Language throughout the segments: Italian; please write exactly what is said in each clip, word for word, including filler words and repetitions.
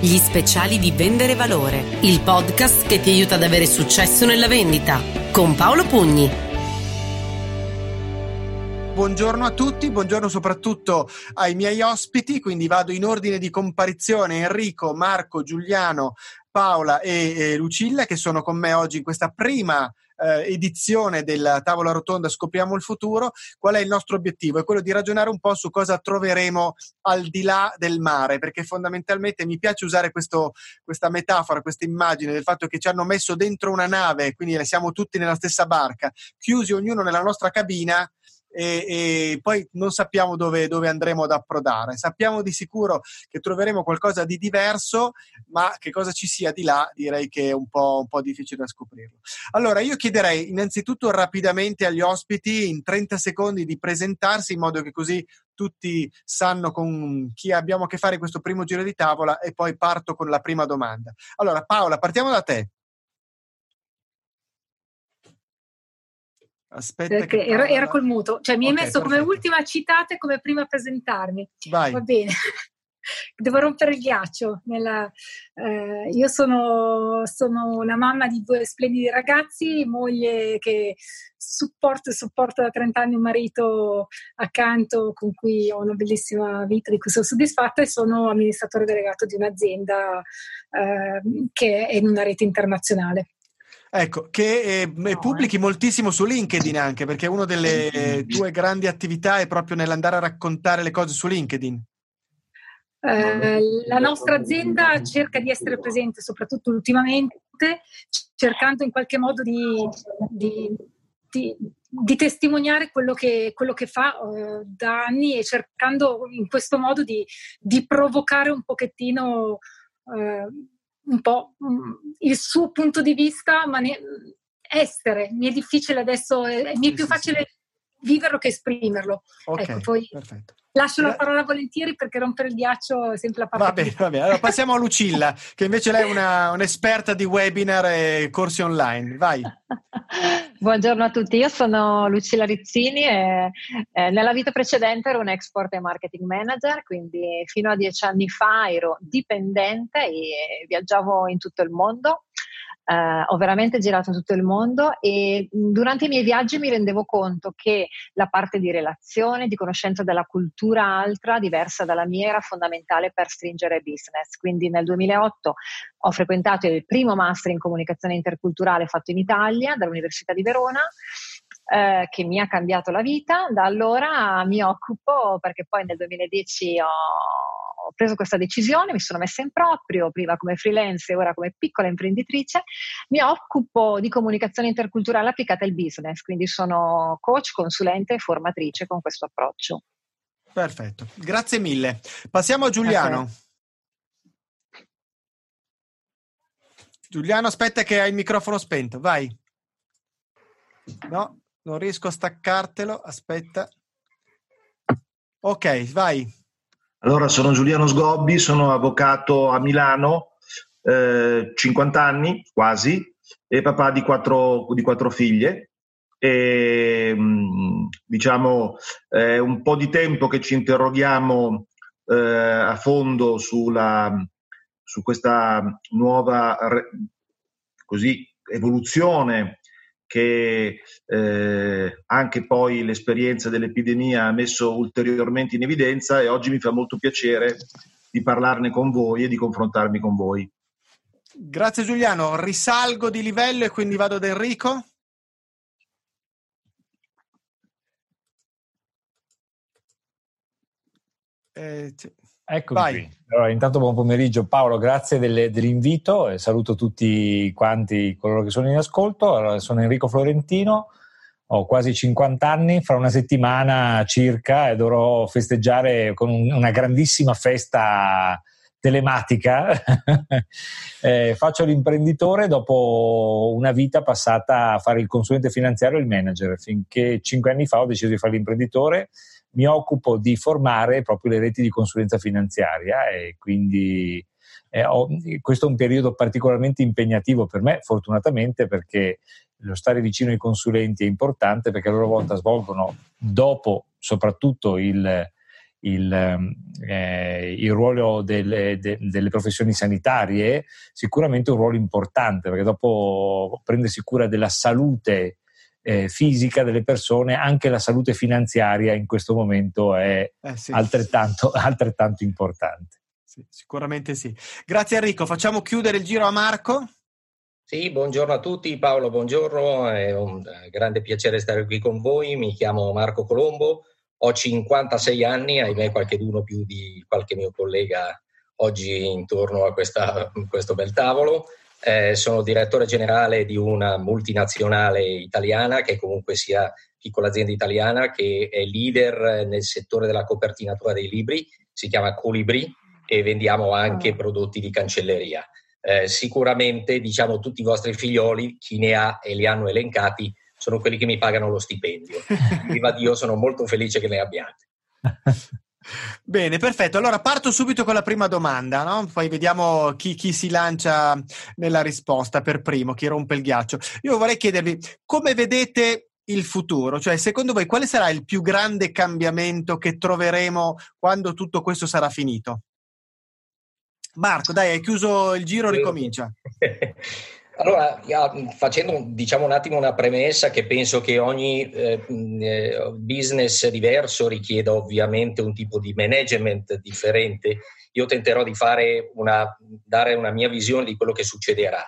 Gli speciali di Vendere Valore, il podcast che ti aiuta ad avere successo nella vendita, con Paolo Pugni. Buongiorno a tutti, buongiorno soprattutto ai miei ospiti, quindi vado in ordine di comparizione: Enrico, Marco, Giuliano, Paola e, e Lucilla, che sono con me oggi in questa prima eh, edizione della tavola rotonda Scopriamo il futuro. Qual è il nostro obiettivo? È quello di ragionare un po' su cosa troveremo al di là del mare, perché fondamentalmente mi piace usare questo, questa metafora, questa immagine del fatto che ci hanno messo dentro una nave, quindi siamo tutti nella stessa barca, chiusi ognuno nella nostra cabina, E, e poi non sappiamo dove, dove andremo ad approdare. Sappiamo di sicuro che troveremo qualcosa di diverso, ma che cosa ci sia di là direi che è un po', un po' difficile da scoprirlo. Allora io chiederei innanzitutto rapidamente agli ospiti in trenta secondi di presentarsi, in modo che così tutti sanno con chi abbiamo a che fare in questo primo giro di tavola, e poi parto con la prima domanda. Allora Paola, partiamo da te. Aspetta, perché ero, ero col muto, cioè mi okay, hai messo perfetto. Come ultima citata e come prima a presentarmi. Vai. Va bene. Devo rompere il ghiaccio. Nella, eh, io sono, sono la mamma di due splendidi ragazzi, moglie che supporto e supporto da trenta anni un marito accanto con cui ho una bellissima vita di cui sono soddisfatta, e sono amministratore delegato di un'azienda eh, che è in una rete internazionale. Ecco, che eh, no, pubblichi eh. moltissimo su LinkedIn anche, perché una delle tue grandi attività è proprio nell'andare a raccontare le cose su LinkedIn. Eh, la nostra azienda cerca di essere presente, soprattutto ultimamente, cercando in qualche modo di, di, di, di testimoniare quello che, quello che fa eh, da anni, e cercando in questo modo di, di provocare un pochettino eh, un po' il suo punto di vista, ma ne, essere, mi è difficile adesso, è, mi è più facile viverlo che esprimerlo. Ok, ecco, poi perfetto. Lascio la parola volentieri, perché rompere il ghiaccio è sempre la parte. Va bene, va bene. Allora passiamo a Lucilla, che invece lei è una, un'esperta di webinar e corsi online. Vai. Buongiorno a tutti, io sono Lucilla Rizzini e eh, nella vita precedente ero un export e marketing manager, quindi fino a dieci anni fa ero dipendente e viaggiavo in tutto il mondo. Uh, ho veramente girato tutto il mondo, e durante i miei viaggi mi rendevo conto che la parte di relazione, di conoscenza della cultura altra, diversa dalla mia, era fondamentale per stringere business. Quindi nel duemilaotto ho frequentato il primo master in comunicazione interculturale fatto in Italia dall'Università di Verona, eh, che mi ha cambiato la vita. Da allora mi occupo, perché poi nel duemiladieci ho Ho preso questa decisione, mi sono messa in proprio, prima come freelance e ora come piccola imprenditrice. Mi occupo di comunicazione interculturale applicata al business, quindi sono coach, consulente e formatrice con questo approccio. Perfetto, grazie mille. Passiamo a Giuliano. Okay. Giuliano, aspetta che hai il microfono spento, vai. No, non riesco a staccartelo, aspetta. Ok, vai. Allora, sono Giuliano Sgobbi, sono avvocato a Milano, eh, cinquanta anni quasi, e papà di quattro, di quattro figlie. E, diciamo, è un po' di tempo che ci interroghiamo eh, a fondo sulla, su questa nuova così, evoluzione che eh, anche poi l'esperienza dell'epidemia ha messo ulteriormente in evidenza, e oggi mi fa molto piacere di parlarne con voi e di confrontarmi con voi. Grazie Giuliano, risalgo di livello e quindi vado ad Enrico. Eh, Eccomi Vai. qui. Allora, intanto buon pomeriggio Paolo, grazie delle, dell'invito, e saluto tutti quanti coloro che sono in ascolto. Allora, sono Enrico Florentino, ho quasi cinquanta anni, fra una settimana circa, e dovrò festeggiare con un, una grandissima festa telematica. eh, faccio l'imprenditore dopo una vita passata a fare il consulente finanziario e il manager, finché cinque anni fa ho deciso di fare l'imprenditore. Mi occupo di formare proprio le reti di consulenza finanziaria, e quindi eh, ho, questo è un periodo particolarmente impegnativo per me, fortunatamente, perché lo stare vicino ai consulenti è importante, perché a loro volta svolgono, dopo soprattutto il, il, eh, il ruolo delle, de, delle professioni sanitarie, sicuramente un ruolo importante, perché dopo prendersi cura della salute eh, fisica delle persone, anche la salute finanziaria in questo momento è eh sì. altrettanto, altrettanto importante. Sì, sicuramente sì. Grazie Enrico, facciamo chiudere il giro a Marco. Sì, buongiorno a tutti, Paolo, buongiorno, è un grande piacere stare qui con voi, mi chiamo Marco Colombo, ho cinquantasei anni, ahimè qualcheduno più di qualche mio collega oggi intorno a questa, questo bel tavolo, eh, sono direttore generale di una multinazionale italiana che comunque sia piccola azienda italiana che è leader nel settore della copertinatura dei libri, si chiama Colibri e vendiamo anche prodotti di cancelleria. Eh, sicuramente diciamo tutti i vostri figlioli, chi ne ha e li hanno elencati, sono quelli che mi pagano lo stipendio. Viva Dio, sono molto felice che ne abbiate. Bene, perfetto. Allora parto subito con la prima domanda, no? Poi vediamo chi, chi si lancia nella risposta per primo, chi rompe il ghiaccio. Io vorrei chiedervi come vedete il futuro, cioè secondo voi quale sarà il più grande cambiamento che troveremo quando tutto questo sarà finito? Marco, dai, hai chiuso il giro, ricomincia. Allora, facendo diciamo un attimo una premessa che penso che ogni eh, business diverso richieda ovviamente un tipo di management differente, io tenterò di fare una, dare una mia visione di quello che succederà.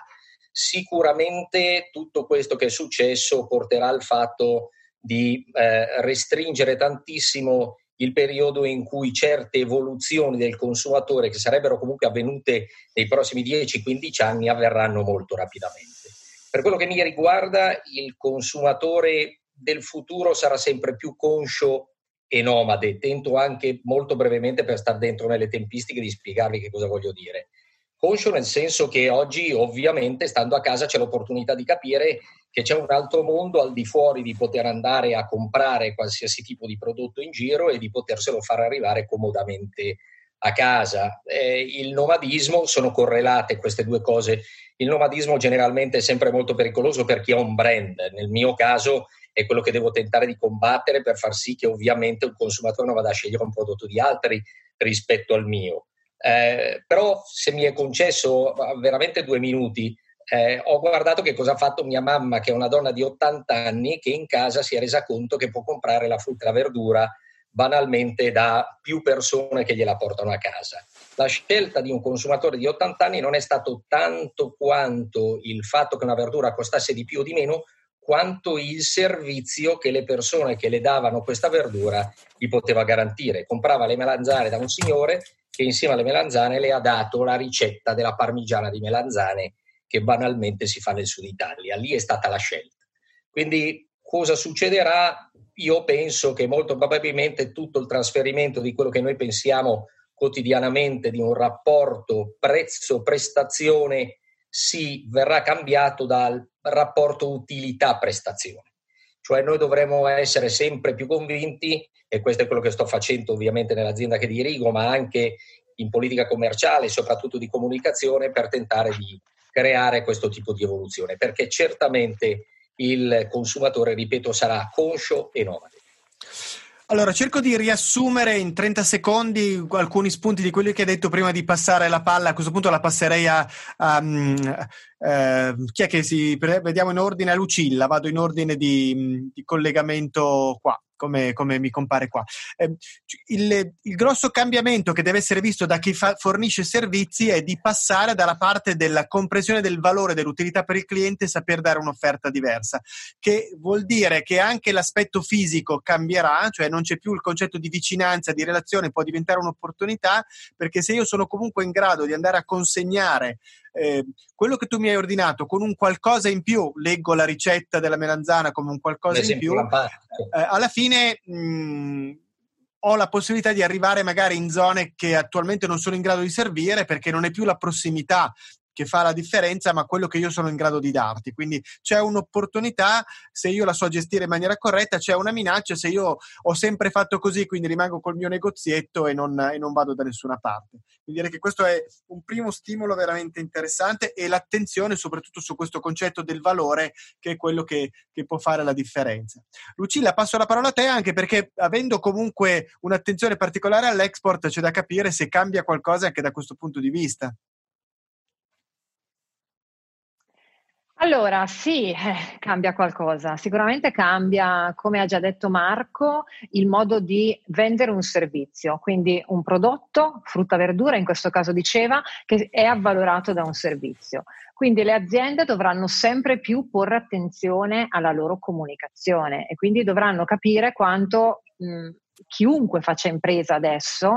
Sicuramente tutto questo che è successo porterà al fatto di eh, restringere tantissimo il periodo in cui certe evoluzioni del consumatore che sarebbero comunque avvenute nei prossimi dieci quindici anni avverranno molto rapidamente. Per quello che mi riguarda, il consumatore del futuro sarà sempre più conscio e nomade. Tento anche molto brevemente, per star dentro nelle tempistiche, di spiegarvi che cosa voglio dire. Conscio nel senso che oggi ovviamente stando a casa c'è l'opportunità di capire che c'è un altro mondo al di fuori di poter andare a comprare qualsiasi tipo di prodotto in giro e di poterselo far arrivare comodamente a casa. Eh, il nomadismo, sono correlate queste due cose. Il nomadismo generalmente è sempre molto pericoloso per chi ha un brand. Nel mio caso è quello che devo tentare di combattere per far sì che ovviamente un consumatore non vada a scegliere un prodotto di altri rispetto al mio. Eh, però se mi è concesso veramente due minuti, eh, ho guardato che cosa ha fatto mia mamma, che è una donna di ottanta anni, che in casa si è resa conto che può comprare la frutta e la verdura banalmente da più persone che gliela portano a casa. La scelta di un consumatore di ottanta anni non è stato tanto quanto il fatto che una verdura costasse di più o di meno, quanto il servizio che le persone che le davano questa verdura gli poteva garantire. Comprava le melanzane da un signore che insieme alle melanzane le ha dato la ricetta della parmigiana di melanzane che banalmente si fa nel sud Italia. Lì è stata la scelta. Quindi cosa succederà? Io penso che molto probabilmente tutto il trasferimento di quello che noi pensiamo quotidianamente di un rapporto prezzo-prestazione si verrà cambiato dal rapporto utilità-prestazione. Cioè noi dovremo essere sempre più convinti, e questo è quello che sto facendo ovviamente nell'azienda che dirigo, ma anche in politica commerciale e soprattutto di comunicazione, per tentare di creare questo tipo di evoluzione, perché certamente il consumatore, ripeto, sarà conscio e nomade. Allora, cerco di riassumere in trenta secondi alcuni spunti di quelli che hai detto prima di passare la palla. A questo punto la passerei a, a, a, a chi è che si vediamo in ordine? A Lucilla, vado in ordine di, di collegamento qua. Come, come mi compare qua. Eh, il, il grosso cambiamento che deve essere visto da chi fa, fornisce servizi è di passare dalla parte della comprensione del valore dell'utilità per il cliente e saper dare un'offerta diversa, che vuol dire che anche l'aspetto fisico cambierà, cioè non c'è più il concetto di vicinanza, di relazione, può diventare un'opportunità, perché se io sono comunque in grado di andare a consegnare Eh, quello che tu mi hai ordinato con un qualcosa in più, leggo la ricetta della melanzana come un qualcosa in più, eh, alla fine mh, ho la possibilità di arrivare magari in zone che attualmente non sono in grado di servire, perché non è più la prossimità che fa la differenza, ma quello che io sono in grado di darti. Quindi c'è un'opportunità se io la so gestire in maniera corretta, c'è una minaccia se io ho sempre fatto così, quindi rimango col mio negozietto e non, e non vado da nessuna parte. Quindi direi che questo è un primo stimolo veramente interessante, e l'attenzione soprattutto su questo concetto del valore, che è quello che, che può fare la differenza. Lucilla, passo la parola a te, anche perché avendo comunque un'attenzione particolare all'export c'è da capire se cambia qualcosa anche da questo punto di vista. Allora, sì, eh, cambia qualcosa. Sicuramente cambia, come ha già detto Marco, il modo di vendere un servizio, quindi un prodotto, frutta, verdura, in questo caso diceva, che è avvalorato da un servizio. Quindi le aziende dovranno sempre più porre attenzione alla loro comunicazione e quindi dovranno capire quanto mh, chiunque faccia impresa adesso,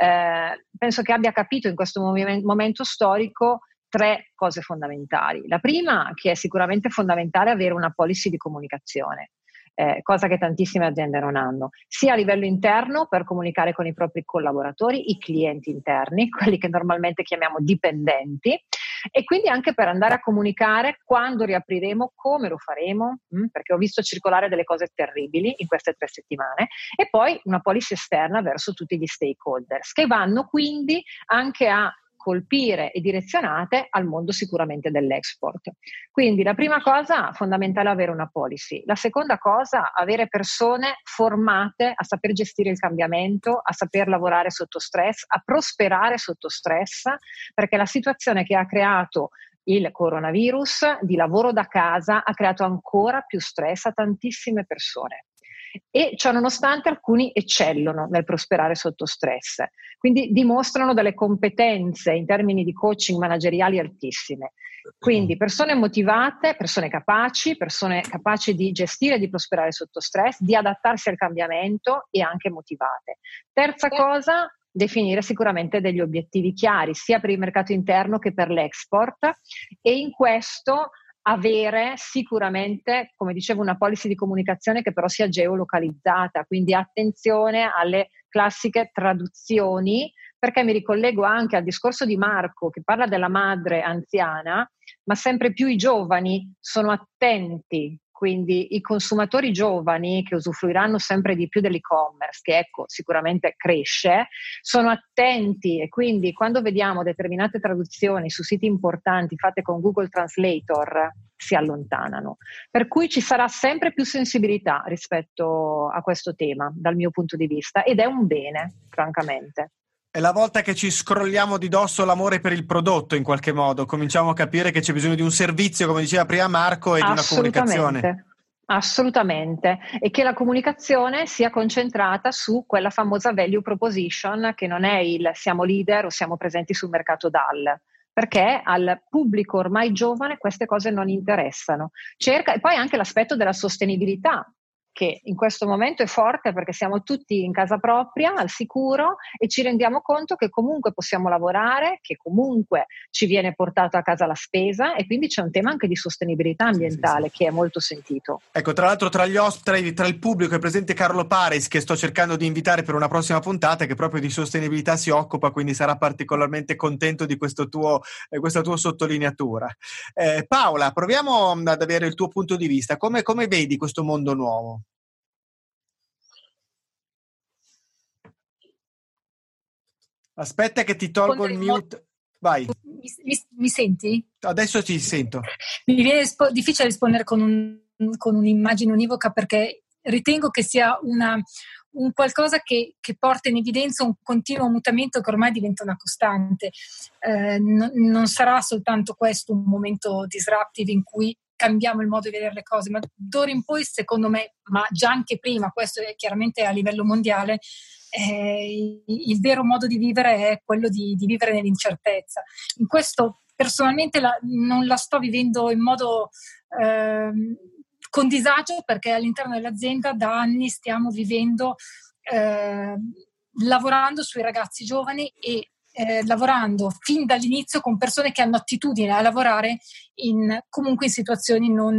eh, penso che abbia capito in questo mom- momento storico tre cose fondamentali. La prima, che è sicuramente fondamentale, avere una policy di comunicazione, eh, cosa che tantissime aziende non hanno, sia a livello interno per comunicare con i propri collaboratori, i clienti interni, quelli che normalmente chiamiamo dipendenti, e quindi anche per andare a comunicare quando riapriremo, come lo faremo, mh, perché ho visto circolare delle cose terribili in queste tre settimane, e poi una policy esterna verso tutti gli stakeholders, che vanno quindi anche a colpire e direzionate al mondo sicuramente dell'export. Quindi la prima cosa, fondamentale, avere una policy. La seconda cosa, avere persone formate a saper gestire il cambiamento, a saper lavorare sotto stress, a prosperare sotto stress, perché la situazione che ha creato il coronavirus di lavoro da casa ha creato ancora più stress a tantissime persone. E ciò nonostante alcuni eccellono nel prosperare sotto stress, quindi dimostrano delle competenze in termini di coaching manageriali altissime. Quindi persone motivate, persone capaci, persone capaci di gestire e di prosperare sotto stress, di adattarsi al cambiamento e anche motivate. Terza cosa, definire sicuramente degli obiettivi chiari, sia per il mercato interno che per l'export, e in questo avere sicuramente, come dicevo, una policy di comunicazione che però sia geolocalizzata, quindi attenzione alle classiche traduzioni, perché mi ricollego anche al discorso di Marco che parla della madre anziana, ma sempre più i giovani sono attenti. Quindi i consumatori giovani, che usufruiranno sempre di più dell'e-commerce, che ecco sicuramente cresce, sono attenti, e quindi quando vediamo determinate traduzioni su siti importanti fatte con Google Translator si allontanano. Per cui ci sarà sempre più sensibilità rispetto a questo tema dal mio punto di vista, ed è un bene, francamente. È la volta che ci scrolliamo di dosso l'amore per il prodotto, in qualche modo. Cominciamo a capire che c'è bisogno di un servizio, come diceva prima Marco, e di una comunicazione. Assolutamente. E che la comunicazione sia concentrata su quella famosa value proposition, che non è il siamo leader o siamo presenti sul mercato D A L, perché al pubblico ormai giovane queste cose non interessano. Cerca, e poi anche l'aspetto della sostenibilità, che in questo momento è forte perché siamo tutti in casa propria, al sicuro, e ci rendiamo conto che comunque possiamo lavorare, che comunque ci viene portata a casa la spesa, e quindi c'è un tema anche di sostenibilità ambientale, sì, sì, sì, che è molto sentito. Ecco, tra l'altro tra gli ospiti, tra il pubblico è presente Carlo Paris, che sto cercando di invitare per una prossima puntata, che proprio di sostenibilità si occupa, quindi sarà particolarmente contento di questo tuo, eh, questa tua sottolineatura. Eh, Paola, proviamo ad avere il tuo punto di vista. Come, come vedi questo mondo nuovo? Aspetta che ti tolgo il mute. Vai. Mi, mi, mi senti? Adesso ti sento. Mi viene rispo- difficile rispondere con, un, con un'immagine univoca, perché ritengo che sia una, un qualcosa che, che porta in evidenza un continuo mutamento che ormai diventa una costante. Eh, no, non sarà soltanto questo un momento disruptive in cui cambiamo il modo di vedere le cose, ma d'ora in poi, secondo me, ma già anche prima, questo è chiaramente a livello mondiale, eh, il vero modo di vivere è quello di, di vivere nell'incertezza. In questo personalmente la, non la sto vivendo in modo eh, con disagio, perché all'interno dell'azienda da anni stiamo vivendo, eh, lavorando sui ragazzi giovani e eh, lavorando fin dall'inizio con persone che hanno attitudine a lavorare in, comunque in situazioni non,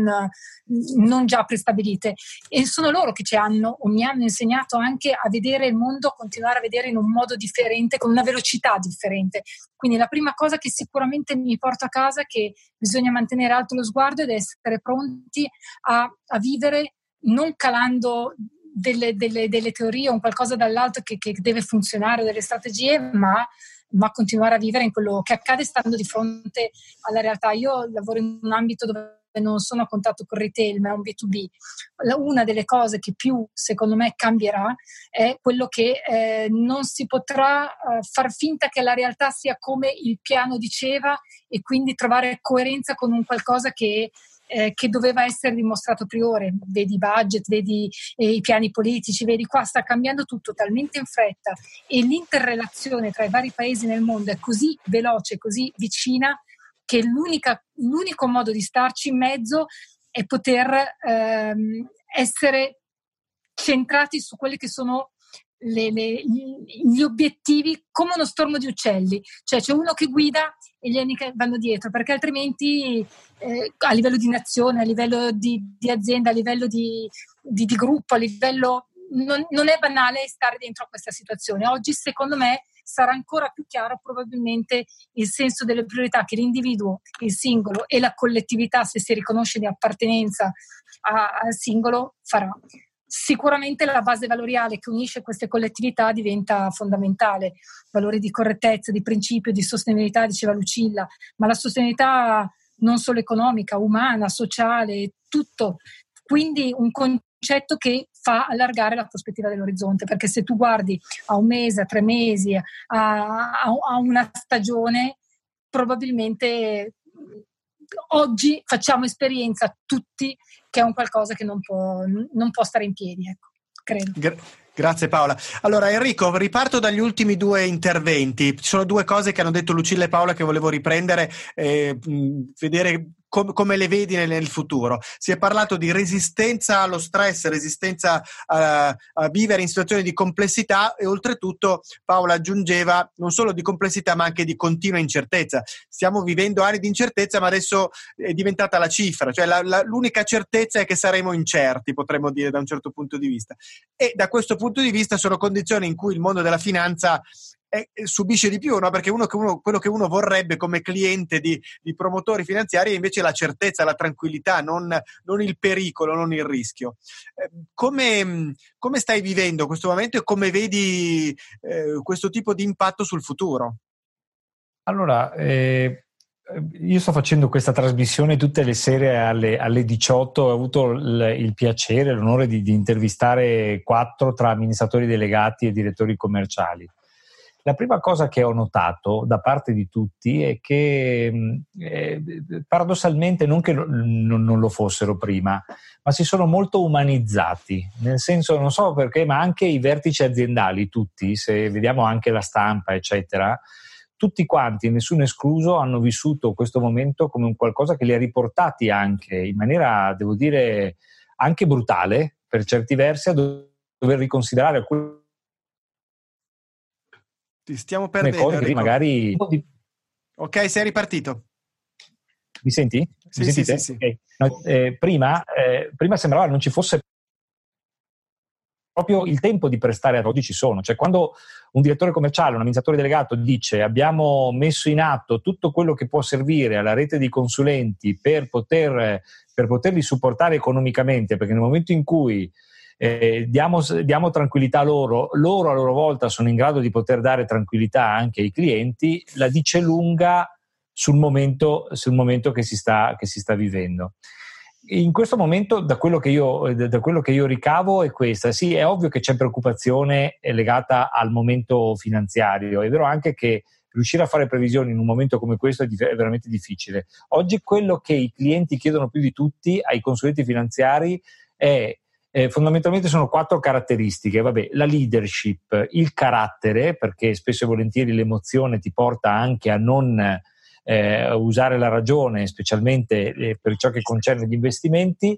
non già prestabilite, e sono loro che ci hanno o mi hanno insegnato anche a vedere il mondo, a continuare a vedere in un modo differente, con una velocità differente. Quindi la prima cosa che sicuramente mi porto a casa è che bisogna mantenere alto lo sguardo ed essere pronti a, a vivere non calando delle, delle, delle teorie o un qualcosa dall'alto che, che deve funzionare, delle strategie, ma ma continuare a vivere in quello che accade stando di fronte alla realtà. Io lavoro in un ambito dove non sono a contatto con retail, ma è un B due B. Una delle cose che più, secondo me, cambierà è quello che eh, non si potrà eh, far finta che la realtà sia come il piano diceva, e quindi trovare coerenza con un qualcosa che Eh, che doveva essere dimostrato a priori. Vedi i budget, vedi eh, i piani politici, vedi qua sta cambiando tutto talmente in fretta, e l'interrelazione tra i vari paesi nel mondo è così veloce, così vicina, che l'unica, l'unico modo di starci in mezzo è poter ehm, essere centrati su quelli che sono Le, le, gli obiettivi, come uno stormo di uccelli, cioè c'è uno che guida e gli altri che vanno dietro, perché altrimenti eh, a livello di nazione, a livello di, di azienda, a livello di, di, di gruppo, a livello non, non è banale stare dentro a questa situazione. Oggi secondo me sarà ancora più chiaro probabilmente il senso delle priorità che l'individuo, il singolo e la collettività, se si riconosce di appartenenza a, al singolo, farà. Sicuramente la base valoriale che unisce queste collettività diventa fondamentale, valori di correttezza, di principio, di sostenibilità, diceva Lucilla, ma la sostenibilità non solo economica, umana, sociale, tutto. Quindi un concetto che fa allargare la prospettiva dell'orizzonte, perché se tu guardi a un mese, a tre mesi, a, a, a una stagione, probabilmente oggi facciamo esperienza tutti che è un qualcosa che non può, non può stare in piedi, ecco, credo. Gra- Grazie Paola. Allora Enrico, riparto dagli ultimi due interventi. Ci sono due cose che hanno detto Lucilla e Paola che volevo riprendere, eh, vedere com- come le vedi nel, nel futuro. Si è parlato di resistenza allo stress, resistenza a, a vivere in situazioni di complessità, e oltretutto Paola aggiungeva non solo di complessità ma anche di continua incertezza. Stiamo vivendo anni di incertezza, ma adesso è diventata la cifra, cioè la, la, l'unica certezza è che saremo incerti, potremmo dire da un certo punto di vista. E da questo punto di vista sono condizioni in cui il mondo della finanza eh, subisce di più, no? Perché uno che uno, quello che uno vorrebbe come cliente di, di promotori finanziari è invece la certezza, la tranquillità, non, non il pericolo, non il rischio. Eh, come, come stai vivendo questo momento e come vedi eh, questo tipo di impatto sul futuro? Allora, eh... io sto facendo questa trasmissione tutte le sere alle, alle diciotto. Ho avuto il, il piacere, l'onore di, di intervistare quattro tra amministratori delegati e direttori commerciali. La prima cosa che ho notato da parte di tutti è che eh, paradossalmente non che non, non lo fossero prima, ma si sono molto umanizzati, nel senso, non so perché, ma anche i vertici aziendali, tutti, se vediamo anche la stampa eccetera, tutti quanti, nessuno escluso, hanno vissuto questo momento come un qualcosa che li ha riportati anche in maniera, devo dire, anche brutale, per certi versi, a dover riconsiderare alcune Ti stiamo perdendo, cose che magari... Ok, sei ripartito. Mi senti? Sì, Mi sì, sentite? sì, sì. Okay. No, eh, prima, eh, prima sembrava non ci fosse proprio il tempo di prestare, ad oggi ci sono. Cioè, quando un direttore commerciale, un amministratore delegato dice abbiamo messo in atto tutto quello che può servire alla rete di consulenti per poter per poterli supportare economicamente, perché nel momento in cui eh, diamo, diamo tranquillità a loro, loro a loro volta sono in grado di poter dare tranquillità anche ai clienti, la dice lunga sul momento, sul momento che si sta, che si sta vivendo. In questo momento, da quello che io, da quello che io ricavo è questa. Sì, è ovvio che c'è preoccupazione legata al momento finanziario. È vero anche che riuscire a fare previsioni in un momento come questo è, è veramente difficile. Oggi quello che i clienti chiedono più di tutti ai consulenti finanziari è eh, fondamentalmente sono quattro caratteristiche. Vabbè, la leadership, il carattere, perché spesso e volentieri l'emozione ti porta anche a non Eh, usare la ragione, specialmente eh, per ciò che concerne gli investimenti,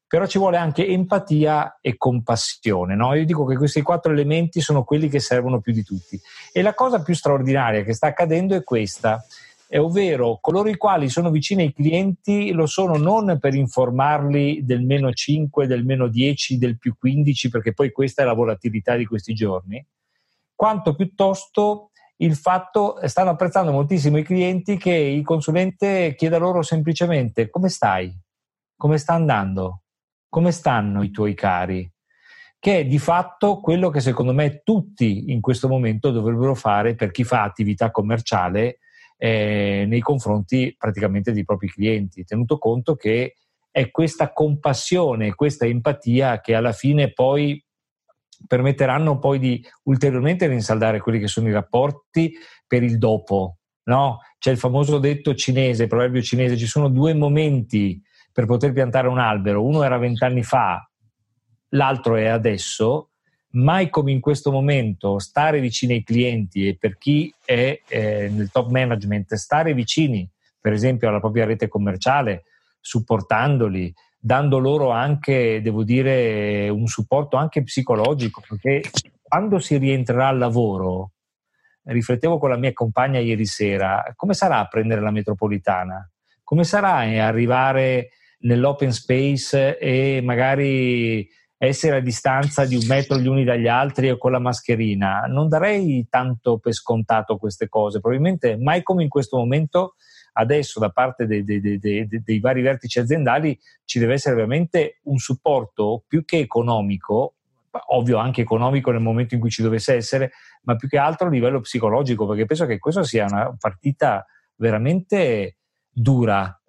però ci vuole anche empatia e compassione, no? Io dico che questi quattro elementi sono quelli che servono più di tutti. E la cosa più straordinaria che sta accadendo è questa, è ovvero coloro i quali sono vicini ai clienti lo sono non per informarli del meno cinque, del meno dieci, del più quindici, perché poi questa è la volatilità di questi giorni, quanto piuttosto il fatto, stanno apprezzando moltissimo i clienti che il consulente chieda loro semplicemente: come stai? Come sta andando? Come stanno i tuoi cari? Che è di fatto quello che secondo me tutti in questo momento dovrebbero fare per chi fa attività commerciale eh, nei confronti praticamente dei propri clienti, tenuto conto che è questa compassione, questa empatia che alla fine poi permetteranno poi di ulteriormente rinsaldare quelli che sono i rapporti per il dopo, no? C'è il famoso detto cinese, il proverbio cinese: ci sono due momenti per poter piantare un albero, uno era vent'anni fa, l'altro è adesso. Mai come in questo momento stare vicini ai clienti, e per chi è eh, nel top management stare vicini per esempio alla propria rete commerciale, supportandoli, dando loro anche, devo dire, un supporto anche psicologico, perché quando si rientrerà al lavoro, riflettevo con la mia compagna ieri sera, come sarà prendere la metropolitana? Come sarà arrivare nell'open space e magari essere a distanza di un metro gli uni dagli altri o con la mascherina? Non darei tanto per scontato queste cose, probabilmente mai come in questo momento. Adesso da parte dei, dei, dei, dei, dei vari vertici aziendali ci deve essere veramente un supporto più che economico, ovvio anche economico nel momento in cui ci dovesse essere, ma più che altro a livello psicologico, perché penso che questa sia una partita veramente dura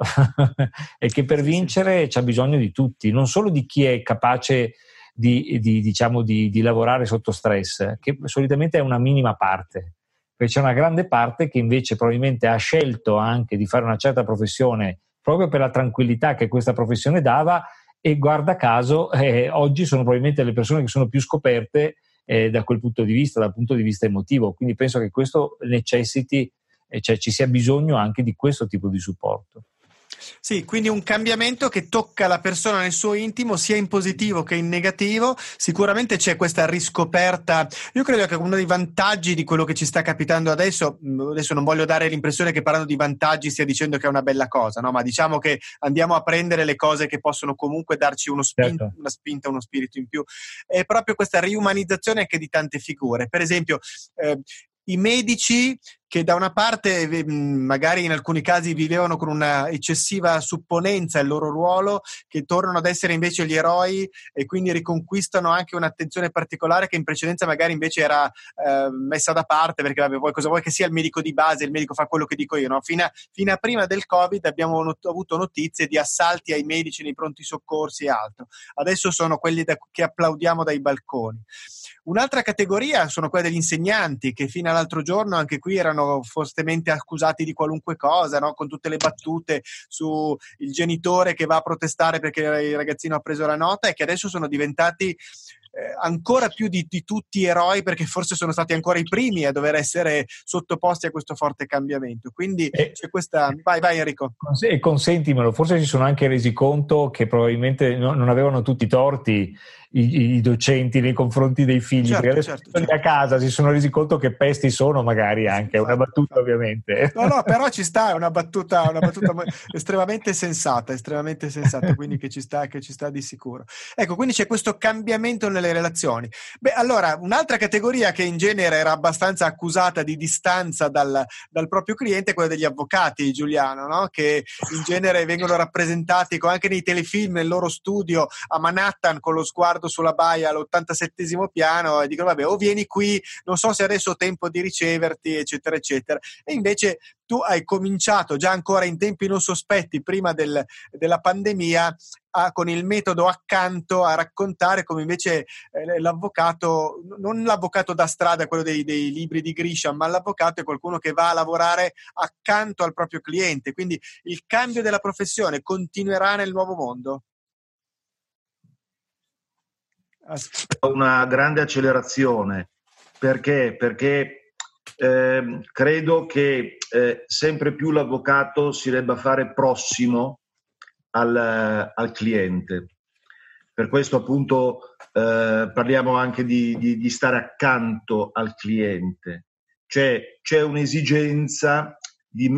e che per vincere c'è bisogno di tutti, non solo di chi è capace di, di, diciamo, di, di lavorare sotto stress, che solitamente è una minima parte, perché c'è una grande parte che invece probabilmente ha scelto anche di fare una certa professione proprio per la tranquillità che questa professione dava, e guarda caso eh, oggi sono probabilmente le persone che sono più scoperte eh, da quel punto di vista, dal punto di vista emotivo. Quindi penso che questo necessiti, eh, cioè ci sia bisogno anche di questo tipo di supporto. Sì, quindi un cambiamento che tocca la persona nel suo intimo, sia in positivo che in negativo. Sicuramente c'è questa riscoperta. Io credo che uno dei vantaggi di quello che ci sta capitando adesso, adesso non voglio dare l'impressione che parlando di vantaggi stia dicendo che è una bella cosa, no? Ma diciamo che andiamo a prendere le cose che possono comunque darci uno spin, certo. una spinta, uno spirito in più. È proprio questa riumanizzazione anche di tante figure. Per esempio, eh, i medici che da una parte magari in alcuni casi vivevano con una eccessiva supponenza il loro ruolo, che tornano ad essere invece gli eroi e quindi riconquistano anche un'attenzione particolare che in precedenza magari invece era eh, messa da parte, perché vabbè, poi cosa vuoi che sia il medico di base, il medico fa quello che dico io, no? Fino a, fino a prima del Covid abbiamo not- avuto notizie di assalti ai medici nei pronti soccorsi e altro. Adesso sono quelli da- che applaudiamo dai balconi. Un'altra categoria sono quelle degli insegnanti, che fino all'altro giorno anche qui erano fortemente accusati di qualunque cosa, no? Con tutte le battute su il genitore che va a protestare perché il ragazzino ha preso la nota, e che adesso sono diventati eh, ancora più di, di tutti eroi, perché forse sono stati ancora i primi a dover essere sottoposti a questo forte cambiamento. Quindi e, c'è questa... Vai, vai Enrico. E consentimelo, forse si sono anche resi conto che probabilmente no, non avevano tutti i torti I, i docenti nei confronti dei figli, certo, perché adesso certo, certo. a casa si sono resi conto che pesti sono, magari anche, è una battuta ovviamente. No, no, però ci sta, è una battuta, una battuta estremamente sensata, estremamente sensata, quindi che ci sta, che ci sta di sicuro. Ecco, quindi c'è questo cambiamento nelle relazioni. Beh, allora, un'altra categoria che in genere era abbastanza accusata di distanza dal, dal proprio cliente è quella degli avvocati, Giuliano, no? Che in genere vengono rappresentati anche nei telefilm nel loro studio a Manhattan con lo sguardo sulla baia all'ottantasettesimo piano, e dicono vabbè, o vieni qui, non so se adesso ho tempo di riceverti, eccetera eccetera. E invece tu hai cominciato già ancora in tempi non sospetti, prima del, della pandemia, a, con il metodo accanto, a raccontare come invece eh, l'avvocato, non l'avvocato da strada, quello dei, dei libri di Grisham, ma l'avvocato è qualcuno che va a lavorare accanto al proprio cliente. Quindi il cambio della professione continuerà nel nuovo mondo? Una grande accelerazione. Perché? Perché eh, credo che eh, sempre più l'avvocato si debba fare prossimo al, al cliente, Per questo appunto eh, parliamo anche di, di, di stare accanto al cliente. Cioè c'è un'esigenza di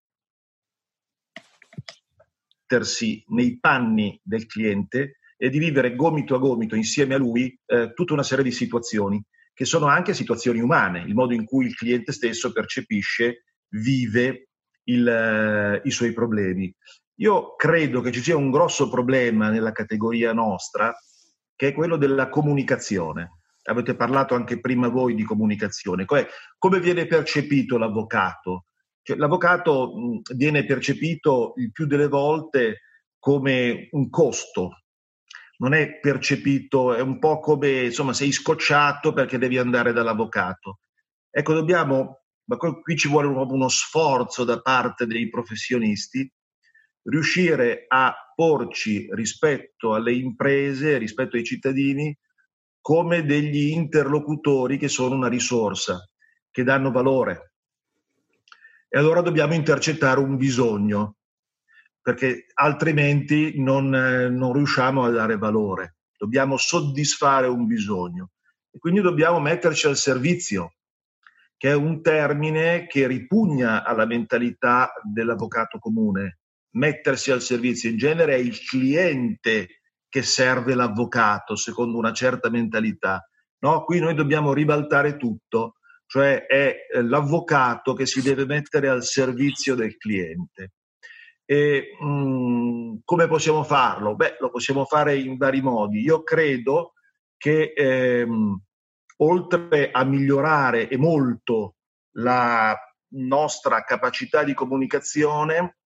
mettersi nei panni del cliente e di vivere gomito a gomito insieme a lui eh, tutta una serie di situazioni che sono anche situazioni umane, il modo in cui il cliente stesso percepisce, vive il, eh, i suoi problemi. Io credo che ci sia un grosso problema nella categoria nostra, che è quello della comunicazione. Avete parlato anche prima voi di comunicazione. Come viene percepito l'avvocato? Cioè, l'avvocato mh, viene percepito il più delle volte come un costo. Non è percepito, è un po' come, insomma, sei scocciato perché devi andare dall'avvocato. Ecco, dobbiamo, ma qui ci vuole uno, uno sforzo da parte dei professionisti, riuscire a porci rispetto alle imprese, rispetto ai cittadini, come degli interlocutori che sono una risorsa, che danno valore. E allora dobbiamo intercettare un bisogno, perché altrimenti non, eh, non riusciamo a dare valore. Dobbiamo soddisfare un bisogno e quindi dobbiamo metterci al servizio, che è un termine che ripugna alla mentalità dell'avvocato comune. Mettersi al servizio in genere è il cliente che serve l'avvocato, secondo una certa mentalità. No? Qui noi dobbiamo ribaltare tutto, cioè è l'avvocato che si deve mettere al servizio del cliente. E mh, come possiamo farlo? Beh, lo possiamo fare in vari modi. Io credo che ehm, oltre a migliorare e molto la nostra capacità di comunicazione,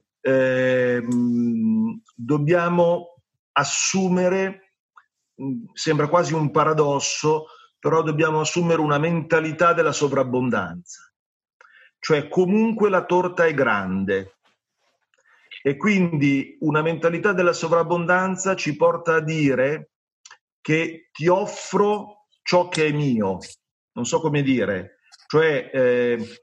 ehm, dobbiamo assumere, sembra quasi un paradosso, però dobbiamo assumere una mentalità della sovrabbondanza. Cioè comunque la torta è grande. E quindi una mentalità della sovrabbondanza ci porta a dire che ti offro ciò che è mio, non so come dire, cioè eh,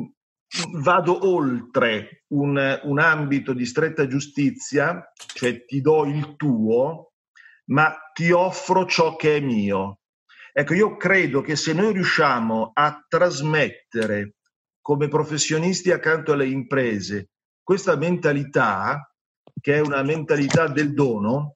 vado oltre un, un ambito di stretta giustizia, cioè ti do il tuo, ma ti offro ciò che è mio. Ecco, io credo che se noi riusciamo a trasmettere come professionisti accanto alle imprese questa mentalità, che è una mentalità del dono,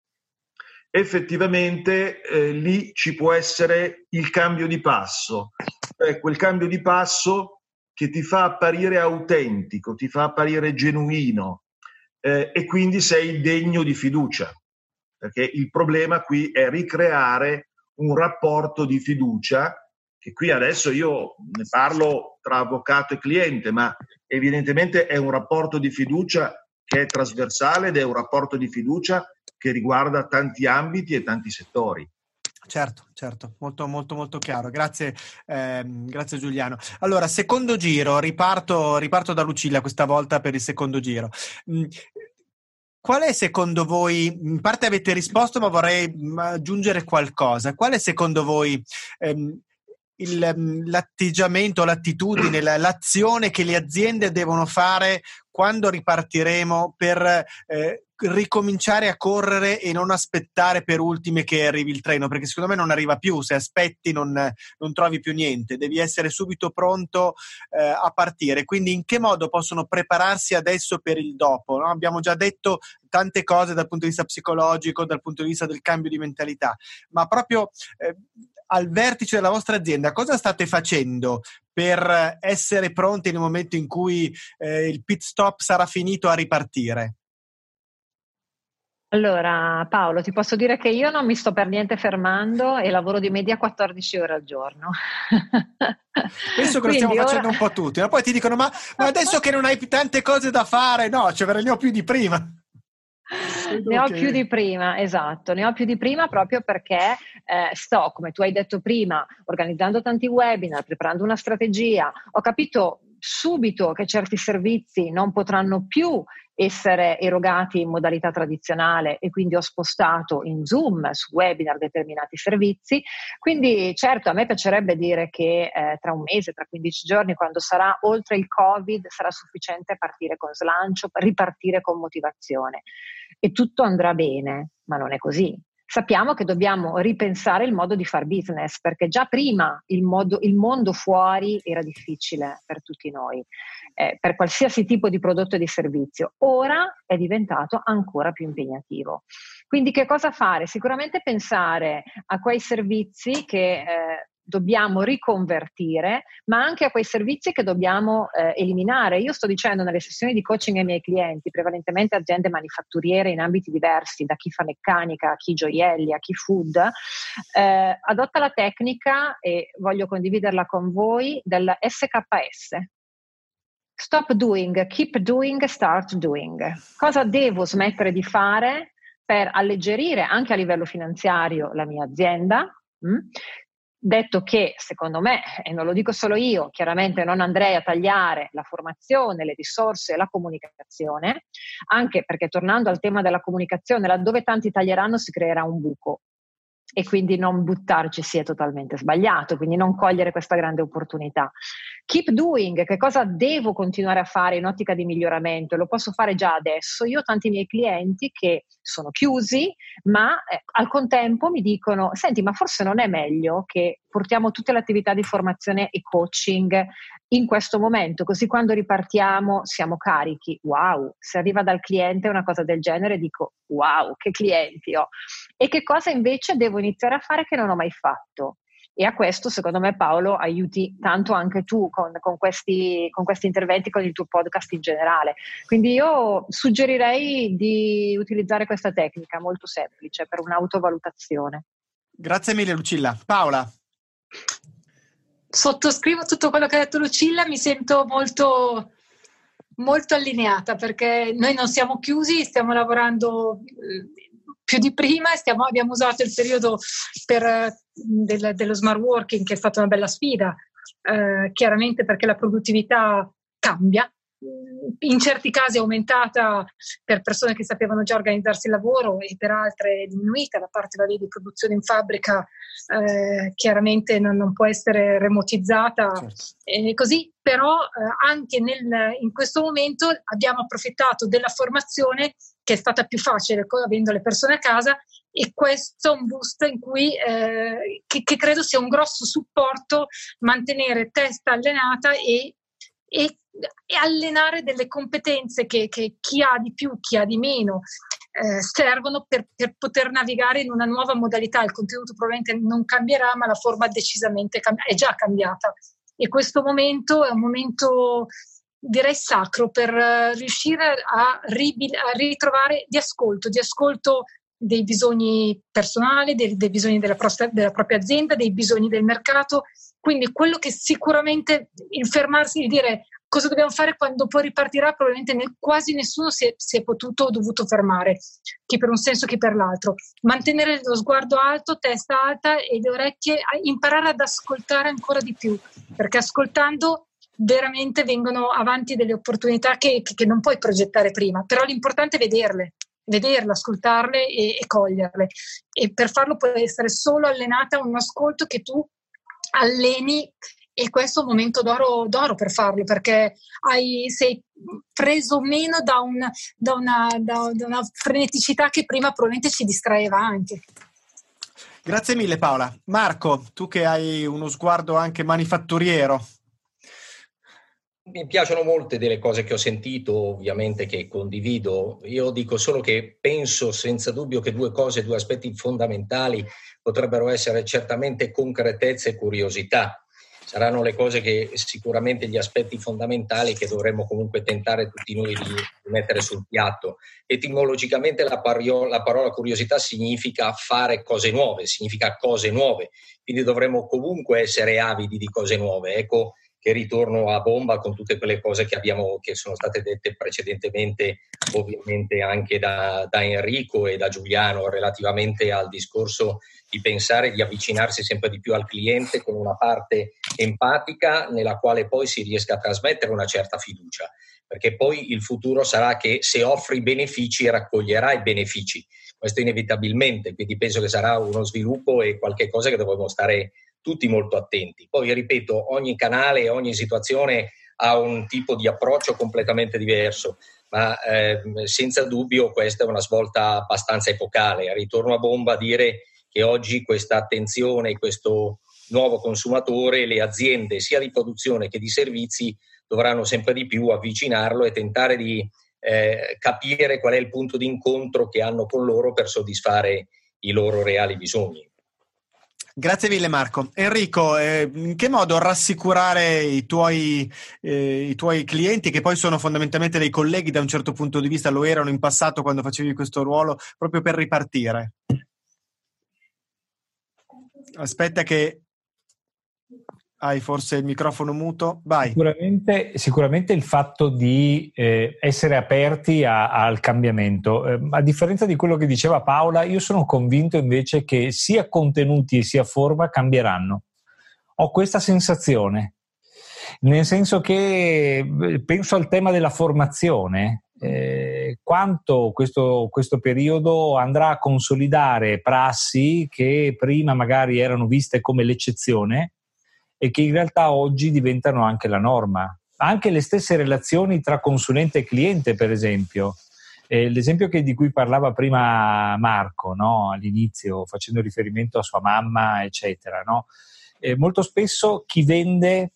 effettivamente eh, lì ci può essere il cambio di passo, cioè quel cambio di passo che ti fa apparire autentico, ti fa apparire genuino eh, e quindi sei degno di fiducia, perché il problema qui è ricreare un rapporto di fiducia, che qui adesso io ne parlo tra avvocato e cliente, ma evidentemente è un rapporto di fiducia che è trasversale ed è un rapporto di fiducia che riguarda tanti ambiti e tanti settori. Certo, certo, molto molto molto chiaro. Grazie, ehm, grazie Giuliano. Allora, secondo giro, riparto, riparto da Lucilla questa volta per il secondo giro. Mm. Qual è secondo voi, in parte avete risposto ma vorrei aggiungere qualcosa, qual è secondo voi ehm, il, l'atteggiamento, l'attitudine, l'azione che le aziende devono fare quando ripartiremo per eh, ricominciare a correre e non aspettare per ultime che arrivi il treno, perché secondo me non arriva più, se aspetti non, non trovi più niente, devi essere subito pronto eh, a partire. Quindi in che modo possono prepararsi adesso per il dopo? No? Abbiamo già detto tante cose dal punto di vista psicologico, dal punto di vista del cambio di mentalità, ma proprio eh, al vertice della vostra azienda cosa state facendo per essere pronti nel momento in cui eh, il pit stop sarà finito a ripartire? Allora Paolo, ti posso dire che io non mi sto per niente fermando e lavoro di media quattordici ore al giorno. Penso che lo stiamo ora... facendo un po' tutti, ma poi ti dicono ma, ma adesso che non hai tante cose da fare, no, cioè ne ho più di prima. Ne ho più di prima, esatto, ne ho più di prima proprio perché eh, sto, come tu hai detto prima, organizzando tanti webinar, preparando una strategia. Ho capito subito che certi servizi non potranno più essere erogati in modalità tradizionale e quindi ho spostato in Zoom su webinar determinati servizi. Quindi certo a me piacerebbe dire che eh, tra un mese, tra quindici giorni, quando sarà oltre il Covid, sarà sufficiente partire con slancio, ripartire con motivazione. e tutto andrà bene, ma non è così. Sappiamo che dobbiamo ripensare il modo di far business, perché già prima il, modo, il mondo fuori era difficile per tutti noi, eh, per qualsiasi tipo di prodotto e di servizio. Ora è diventato ancora più impegnativo. Quindi che cosa fare? Sicuramente pensare a quei servizi che eh, dobbiamo riconvertire, ma anche a quei servizi che dobbiamo eh, eliminare. Io sto dicendo nelle sessioni di coaching ai miei clienti, prevalentemente aziende manifatturiere in ambiti diversi, da chi fa meccanica, a chi gioielli, a chi food, eh, adotta la tecnica, e voglio condividerla con voi, del S K S. Stop doing, keep doing, start doing. Cosa devo smettere di fare per alleggerire anche a livello finanziario la mia azienda? Mm? Detto che, secondo me, e non lo dico solo io, chiaramente non andrei a tagliare la formazione, le risorse e la comunicazione, anche perché, tornando al tema della comunicazione, laddove tanti taglieranno si creerà un buco, e quindi non buttarci sia totalmente sbagliato, quindi non cogliere questa grande opportunità. Keep doing, che cosa devo continuare a fare in ottica di miglioramento? Lo posso fare già adesso. Io ho tanti miei clienti che sono chiusi, ma eh, al contempo mi dicono: senti, ma forse non è meglio che portiamo tutte le attività di formazione e coaching in questo momento, così quando ripartiamo siamo carichi. Wow, se arriva dal cliente una cosa del genere dico: wow, che clienti ho. E che cosa invece devo iniziare a fare che non ho mai fatto? E a questo, secondo me, Paolo, aiuti tanto anche tu con, con, questi, con questi interventi, con il tuo podcast in generale. Quindi io suggerirei di utilizzare questa tecnica molto semplice per un'autovalutazione. Grazie mille, Lucilla. Paola? Sottoscrivo tutto quello che ha detto Lucilla, mi sento molto, molto allineata, perché noi non siamo chiusi, stiamo lavorando più di prima e stiamo, abbiamo usato il periodo per, del, dello smart working, che è stata una bella sfida, eh, chiaramente perché la produttività cambia, in certi casi è aumentata per persone che sapevano già organizzarsi il lavoro, e per altre è diminuita. La parte di produzione in fabbrica eh, chiaramente non, non può essere remotizzata, certo. E così, però eh, anche nel, in questo momento abbiamo approfittato della formazione, che è stata più facile avendo le persone a casa, e questo è un boost in cui eh, che, che credo sia un grosso supporto, mantenere testa allenata e, e e allenare delle competenze che, che chi ha di più, chi ha di meno eh, servono per, per poter navigare in una nuova modalità. Il contenuto probabilmente non cambierà, ma la forma decisamente cam- è già cambiata, e questo momento è un momento, direi, sacro per uh, riuscire a, ribil- a ritrovare di ascolto, di ascolto dei bisogni personali, dei, dei bisogni della, prost- della propria azienda, dei bisogni del mercato. Quindi quello che sicuramente, il fermarsi e dire cosa dobbiamo fare quando poi ripartirà, probabilmente ne, quasi nessuno si è, si è potuto o dovuto fermare, chi per un senso chi per l'altro. Mantenere lo sguardo alto, testa alta e le orecchie, imparare ad ascoltare ancora di più, perché ascoltando veramente vengono avanti delle opportunità che, che, che non puoi progettare prima, però l'importante è vederle, vederle, ascoltarle e, e coglierle, e per farlo puoi essere solo allenata a un ascolto che tu alleni, e questo è un momento d'oro, d'oro per farlo, perché hai, sei preso meno da, un, da, una, da, da una freneticità che prima probabilmente ci distraeva anche. Grazie mille, Paola. Marco, tu che hai uno sguardo anche manifatturiero. Mi piacciono molte delle cose che ho sentito, ovviamente, che condivido. Io dico solo che penso senza dubbio che due cose, due aspetti fondamentali potrebbero essere certamente concretezza e curiosità. Saranno le cose che sicuramente gli aspetti fondamentali che dovremmo comunque tentare tutti noi di, di mettere sul piatto. Etimologicamente la, pario, la parola curiosità significa fare cose nuove, significa cose nuove, quindi dovremmo comunque essere avidi di cose nuove. Ecco che ritorno a bomba con tutte quelle cose che abbiamo, che sono state dette precedentemente, ovviamente anche da, da Enrico e da Giuliano, relativamente al discorso di pensare di avvicinarsi sempre di più al cliente con una parte empatica nella quale poi si riesca a trasmettere una certa fiducia, perché poi il futuro sarà che se offri benefici raccoglierai benefici, questo inevitabilmente, quindi penso che sarà uno sviluppo e qualche cosa che dovremo stare tutti molto attenti. Poi ripeto, ogni canale, ogni situazione ha un tipo di approccio completamente diverso, ma eh, senza dubbio questa è una svolta abbastanza epocale. Ritorno a bomba a dire che oggi questa attenzione, questo nuovo consumatore, le aziende sia di produzione che di servizi dovranno sempre di più avvicinarlo e tentare di eh, capire qual è il punto di incontro che hanno con loro per soddisfare i loro reali bisogni. Grazie mille Marco. Enrico, eh, in che modo rassicurare i tuoi, eh, i tuoi clienti, che poi sono fondamentalmente dei colleghi da un certo punto di vista, lo erano in passato quando facevi questo ruolo, proprio per ripartire? Aspetta che hai forse il microfono muto. Vai. Sicuramente, sicuramente il fatto di eh, essere aperti a, al cambiamento. Eh, a differenza di quello che diceva Paola, io sono convinto invece che sia contenuti e sia forma cambieranno. Ho questa sensazione, nel senso che penso al tema della formazione. Eh, quanto questo, questo periodo andrà a consolidare prassi che prima magari erano viste come l'eccezione e che in realtà oggi diventano anche la norma. Anche le stesse relazioni tra consulente e cliente, per esempio. Eh, l'esempio che, di cui parlava prima Marco, no? All'inizio, facendo riferimento a sua mamma, eccetera. No? Eh, molto spesso chi vende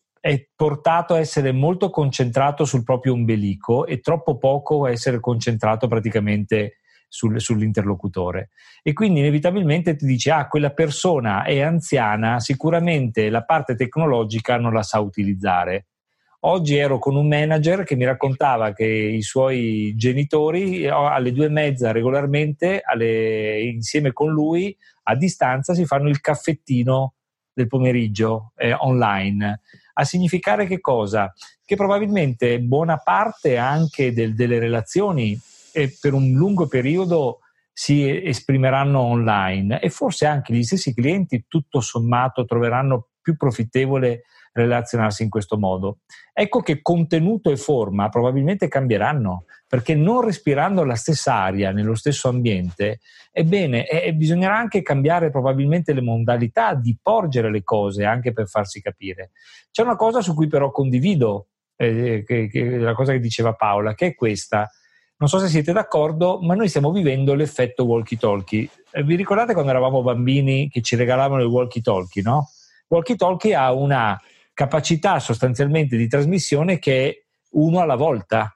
è portato a essere molto concentrato sul proprio ombelico e troppo poco a essere concentrato praticamente sul, sull'interlocutore, e quindi inevitabilmente ti dice ah, quella persona è anziana, sicuramente la parte tecnologica non la sa utilizzare. Oggi ero con un manager che mi raccontava che i suoi genitori alle due e mezza regolarmente alle, insieme con lui a distanza si fanno il caffettino del pomeriggio eh, online, a significare che cosa? Che probabilmente buona parte anche del, delle relazioni e per un lungo periodo si esprimeranno online, e forse anche gli stessi clienti tutto sommato troveranno più profittevole relazionarsi in questo modo. Ecco che contenuto e forma probabilmente cambieranno, perché non respirando la stessa aria nello stesso ambiente, ebbene, e bisognerà anche cambiare probabilmente le modalità di porgere le cose anche per farsi capire. C'è una cosa su cui però condivido, eh, che, che, la cosa che diceva Paola, che è questa. Non so se siete d'accordo, ma noi stiamo vivendo l'effetto walkie-talkie. Eh, vi ricordate quando eravamo bambini che ci regalavano il walkie-talkie, no? Walkie-talkie ha una capacità sostanzialmente di trasmissione che è uno alla volta.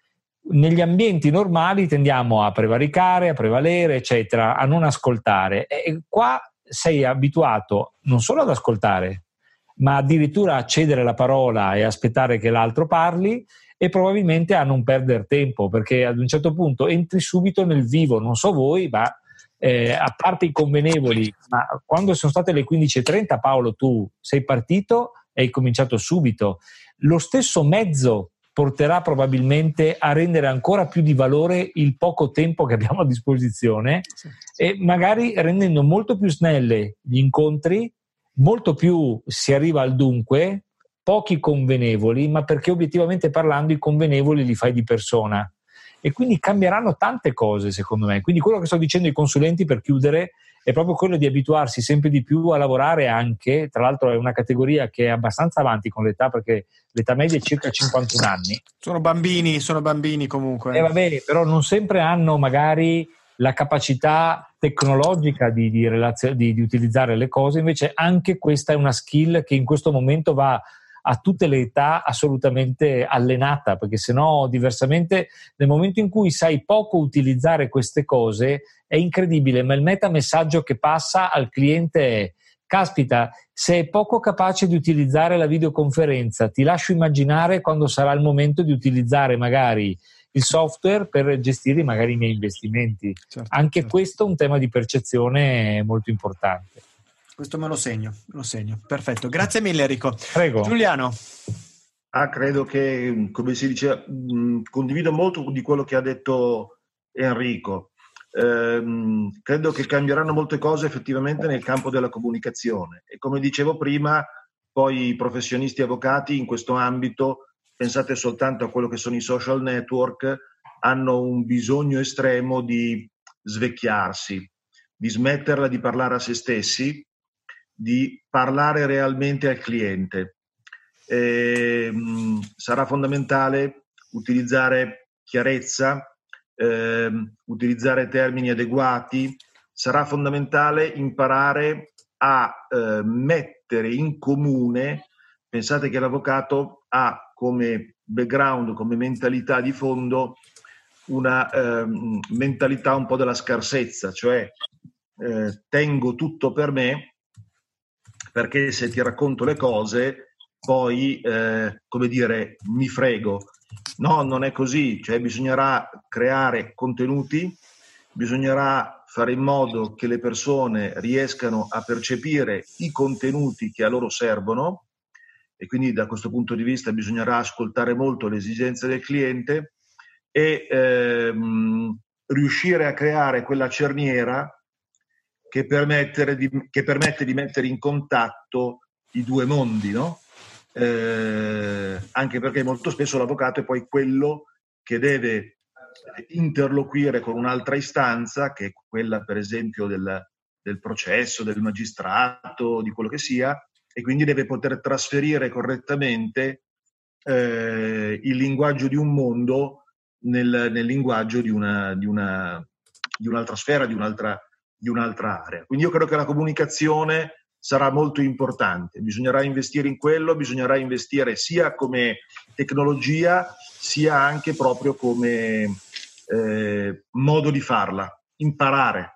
Negli ambienti normali tendiamo a prevaricare, a prevalere, eccetera, a non ascoltare. E qua sei abituato non solo ad ascoltare, ma addirittura a cedere la parola e aspettare che l'altro parli, e probabilmente a non perdere tempo, perché ad un certo punto entri subito nel vivo. Non so voi, ma eh, a parte i convenevoli, ma quando sono state le quindici e trenta, Paolo, tu sei partito e hai cominciato subito. Lo stesso mezzo porterà probabilmente a rendere ancora più di valore il poco tempo che abbiamo a disposizione, sì, sì. E magari rendendo molto più snelle gli incontri, molto più si arriva al dunque, pochi convenevoli, ma perché obiettivamente parlando i convenevoli li fai di persona, e quindi cambieranno tante cose secondo me. Quindi quello che sto dicendo ai consulenti, per chiudere, è proprio quello di abituarsi sempre di più a lavorare anche, tra l'altro è una categoria che è abbastanza avanti con l'età, perché l'età media è circa cinquantuno anni. Sono bambini, sono bambini comunque. Eh, va bene, però non sempre hanno magari la capacità tecnologica di, di, relazio- di, di utilizzare le cose. Invece anche questa è una skill che in questo momento va a tutte le età assolutamente allenata, perché sennò diversamente nel momento in cui sai poco utilizzare queste cose è incredibile, ma il metamessaggio che passa al cliente è: caspita, se è poco capace di utilizzare la videoconferenza, ti lascio immaginare quando sarà il momento di utilizzare magari il software per gestire magari i miei investimenti. Certo, anche certo. Questo è un tema di percezione molto importante. Questo me lo segno, lo segno. Perfetto, grazie mille Enrico. Prego. Giuliano. Ah, credo che, come si dice, mh, condivido molto di quello che ha detto Enrico. Ehm, credo che cambieranno molte cose effettivamente nel campo della comunicazione, e come dicevo prima, poi i professionisti avvocati in questo ambito, pensate soltanto a quello che sono i social network, hanno un bisogno estremo di svecchiarsi, di smetterla di parlare a se stessi, di parlare realmente al cliente. eh, sarà fondamentale utilizzare chiarezza, eh, utilizzare termini adeguati, sarà fondamentale imparare a eh, mettere in comune. Pensate che l'avvocato ha come background, come mentalità di fondo, una eh, mentalità un po' della scarsezza, cioè eh, tengo tutto per me, perché se ti racconto le cose poi, eh, come dire, mi frego. No, non è così, cioè bisognerà creare contenuti, bisognerà fare in modo che le persone riescano a percepire i contenuti che a loro servono, e quindi da questo punto di vista bisognerà ascoltare molto le esigenze del cliente e ehm, riuscire a creare quella cerniera che, di, che permette di mettere in contatto i due mondi, no? Eh, anche perché molto spesso l'avvocato è poi quello che deve interloquire con un'altra istanza, che è quella per esempio del, del processo, del magistrato, di quello che sia, e quindi deve poter trasferire correttamente eh, il linguaggio di un mondo nel, nel linguaggio di, una, di, una, di un'altra sfera, di un'altra, di un'altra area. Quindi io credo che la comunicazione sarà molto importante, bisognerà investire in quello, bisognerà investire sia come tecnologia sia anche proprio come eh, modo di farla, imparare.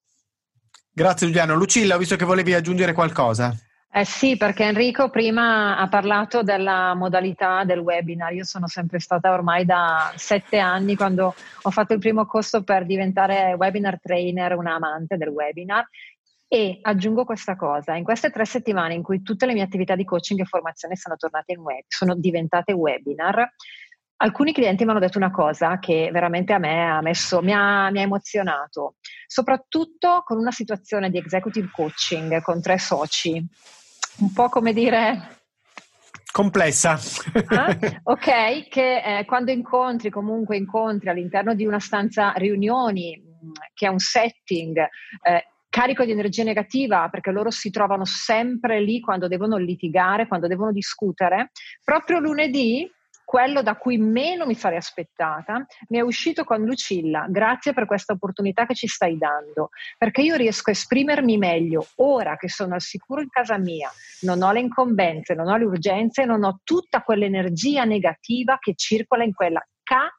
Grazie Giuliano. Lucilla, ho visto che volevi aggiungere qualcosa. Eh sì, perché Enrico prima ha parlato della modalità del webinar. Io sono sempre stata ormai da sette anni, quando ho fatto il primo corso per diventare webinar trainer, una amante del webinar. E aggiungo questa cosa: in queste tre settimane in cui tutte le mie attività di coaching e formazione sono tornate in web, sono diventate webinar, alcuni clienti mi hanno detto una cosa che veramente a me ha messo, mi ha, mi ha emozionato, soprattutto con una situazione di executive coaching con tre soci, un po' come dire... complessa. eh? Ok, che eh, quando incontri, comunque incontri all'interno di una stanza riunioni, mh, che è un setting... Eh, carico di energia negativa, perché loro si trovano sempre lì quando devono litigare, quando devono discutere. Proprio lunedì, quello da cui meno mi sarei aspettata, mi è uscito con Lucilla: grazie per questa opportunità che ci stai dando, perché io riesco a esprimermi meglio ora che sono al sicuro in casa mia, non ho le incombenze, non ho le urgenze, non ho tutta quell'energia negativa che circola in quella ca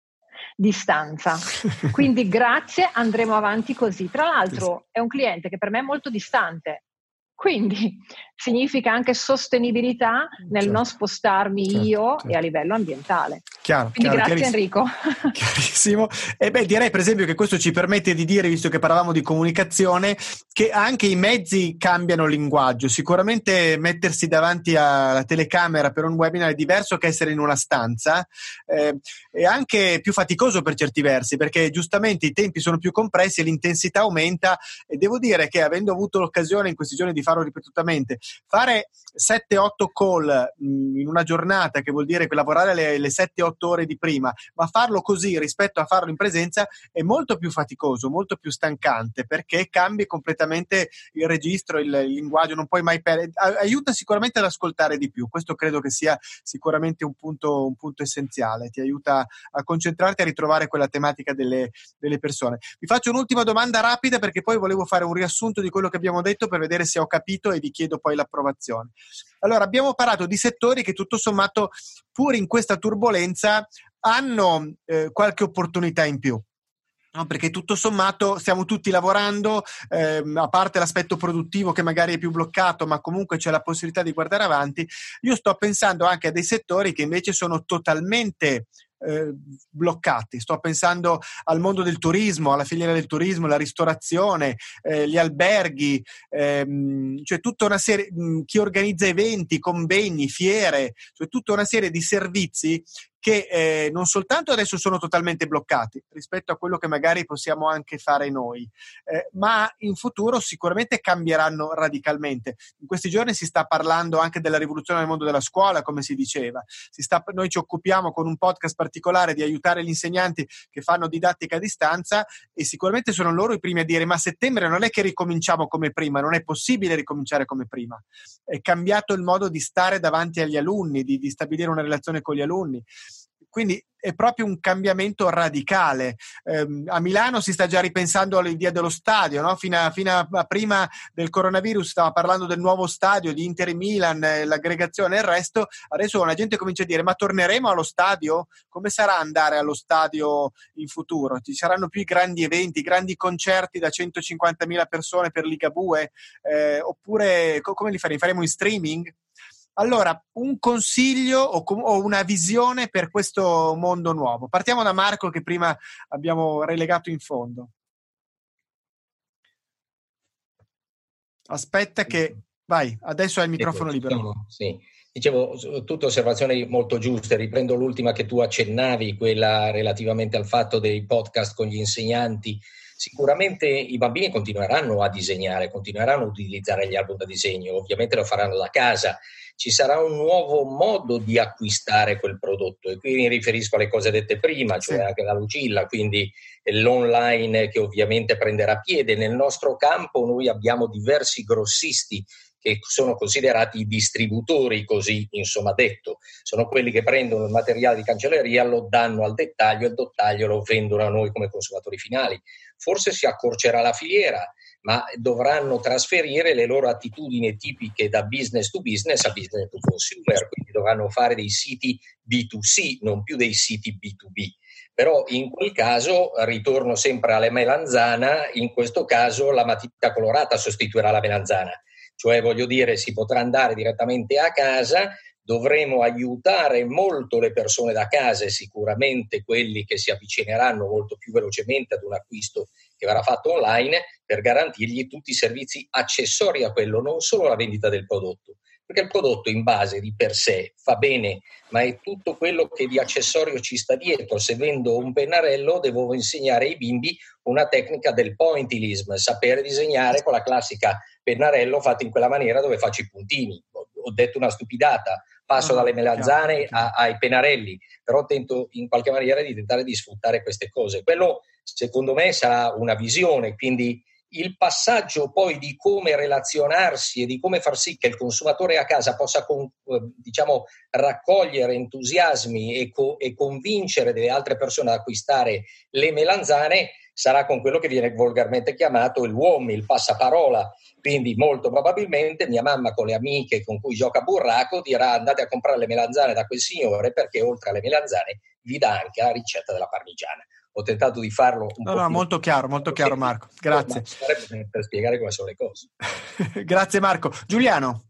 distanza. Quindi grazie, andremo avanti così. Tra l'altro è un cliente che per me è molto distante, quindi significa anche sostenibilità nel certo. non spostarmi certo, io certo. e a livello ambientale. Chiaro, quindi chiaro, grazie Enrico. Chiarissimo. E beh, direi per esempio che questo ci permette di dire, visto che parlavamo di comunicazione, che anche i mezzi cambiano linguaggio. Sicuramente mettersi davanti alla telecamera per un webinar è diverso che essere in una stanza, eh, è anche più faticoso per certi versi, perché giustamente i tempi sono più compressi e l'intensità aumenta, e devo dire che, avendo avuto l'occasione in questi giorni di farlo ripetutamente, fare sette otto call mh, in una giornata, che vuol dire che lavorare le, le sette otto ore di prima, ma farlo così rispetto a farlo in presenza è molto più faticoso, molto più stancante, perché cambi completamente il registro, il, il linguaggio, non puoi mai perdere. Aiuta sicuramente ad ascoltare di più, questo credo che sia sicuramente un punto, un punto essenziale, ti aiuta a concentrarti, a ritrovare quella tematica delle, delle persone. Vi faccio un'ultima domanda rapida, perché poi volevo fare un riassunto di quello che abbiamo detto per vedere se ho capito, e vi chiedo poi l'approvazione. Allora, abbiamo parlato di settori che tutto sommato, pur in questa turbolenza, hanno eh, qualche opportunità in più. No, perché tutto sommato stiamo tutti lavorando, ehm, a parte l'aspetto produttivo che magari è più bloccato, ma comunque c'è la possibilità di guardare avanti. Io sto pensando anche a dei settori che invece sono totalmente eh, bloccati. Sto pensando al mondo del turismo, alla filiera del turismo, la ristorazione, eh, gli alberghi, ehm, cioè tutta una serie, mh, chi organizza eventi, convegni, fiere, cioè tutta una serie di servizi che eh, non soltanto adesso sono totalmente bloccati rispetto a quello che magari possiamo anche fare noi, eh, ma in futuro sicuramente cambieranno radicalmente. In questi giorni si sta parlando anche della rivoluzione nel mondo della scuola, come si diceva. Si sta, noi ci occupiamo con un podcast particolare di aiutare gli insegnanti che fanno didattica a distanza, e sicuramente sono loro i primi a dire: ma a settembre non è che ricominciamo come prima, non è possibile ricominciare come prima. È cambiato il modo di stare davanti agli alunni, di, di stabilire una relazione con gli alunni. Quindi è proprio un cambiamento radicale. Eh, a Milano si sta già ripensando all'idea dello stadio, no? Fino a, fino a prima del coronavirus stava parlando del nuovo stadio di Inter e Milan, l'aggregazione e il resto. Adesso la gente comincia a dire: ma torneremo allo stadio? Come sarà andare allo stadio in futuro? Ci saranno più i grandi eventi, i grandi concerti da centocinquantamila persone per Ligabue? Eh, oppure co- come li faremo? Faremo in streaming? Allora, un consiglio o, com- o una visione per questo mondo nuovo. Partiamo da Marco, che prima abbiamo relegato in fondo. Aspetta che... Vai, adesso hai il microfono ecco, libero. Diciamo, sì. Dicevo, tutte osservazioni molto giuste. Riprendo l'ultima che tu accennavi, quella relativamente al fatto dei podcast con gli insegnanti. Sicuramente i bambini continueranno a disegnare, continueranno a utilizzare gli album da disegno, ovviamente lo faranno da casa. Ci sarà un nuovo modo di acquistare quel prodotto, e qui mi riferisco alle cose dette prima, cioè sì. anche da Lucilla, quindi l'online che ovviamente prenderà piede. Nel nostro campo noi abbiamo diversi grossisti che sono considerati i distributori, così insomma detto. Sono quelli che prendono il materiale di cancelleria, lo danno al dettaglio e il dettaglio lo vendono a noi come consumatori finali. Forse si accorcerà la filiera, ma dovranno trasferire le loro attitudini tipiche da business to business a business to consumer, quindi dovranno fare dei siti B due C, non più dei siti B due B. Però in quel caso, ritorno sempre alla melanzana, in questo caso la matita colorata sostituirà la melanzana. Cioè, voglio dire, si potrà andare direttamente a casa, dovremo aiutare molto le persone da casa e sicuramente quelli che si avvicineranno molto più velocemente ad un acquisto che verrà fatto online, per garantirgli tutti i servizi accessori a quello, non solo la vendita del prodotto, perché il prodotto in base di per sé fa bene, ma è tutto quello che di accessorio ci sta dietro. Se vendo un pennarello devo insegnare ai bimbi una tecnica del pointillism, sapere disegnare con la classica pennarello fatto in quella maniera dove faccio i puntini. Ho detto una stupidata, passo oh, dalle melanzane a, ai pennarelli, però tento in qualche maniera di tentare di sfruttare queste cose. Quello secondo me sarà una visione, quindi il passaggio poi di come relazionarsi e di come far sì che il consumatore a casa possa con, diciamo raccogliere entusiasmi e, co- e convincere delle altre persone ad acquistare le melanzane sarà con quello che viene volgarmente chiamato il W O M, il passaparola. Quindi molto probabilmente mia mamma con le amiche con cui gioca a burraco dirà: andate a comprare le melanzane da quel signore, perché oltre alle melanzane vi dà anche la ricetta della parmigiana. Ho tentato di farlo un no, po' no, più molto chiaro, molto chiaro Marco, grazie. Per spiegare come sono le cose. Grazie Marco. Giuliano?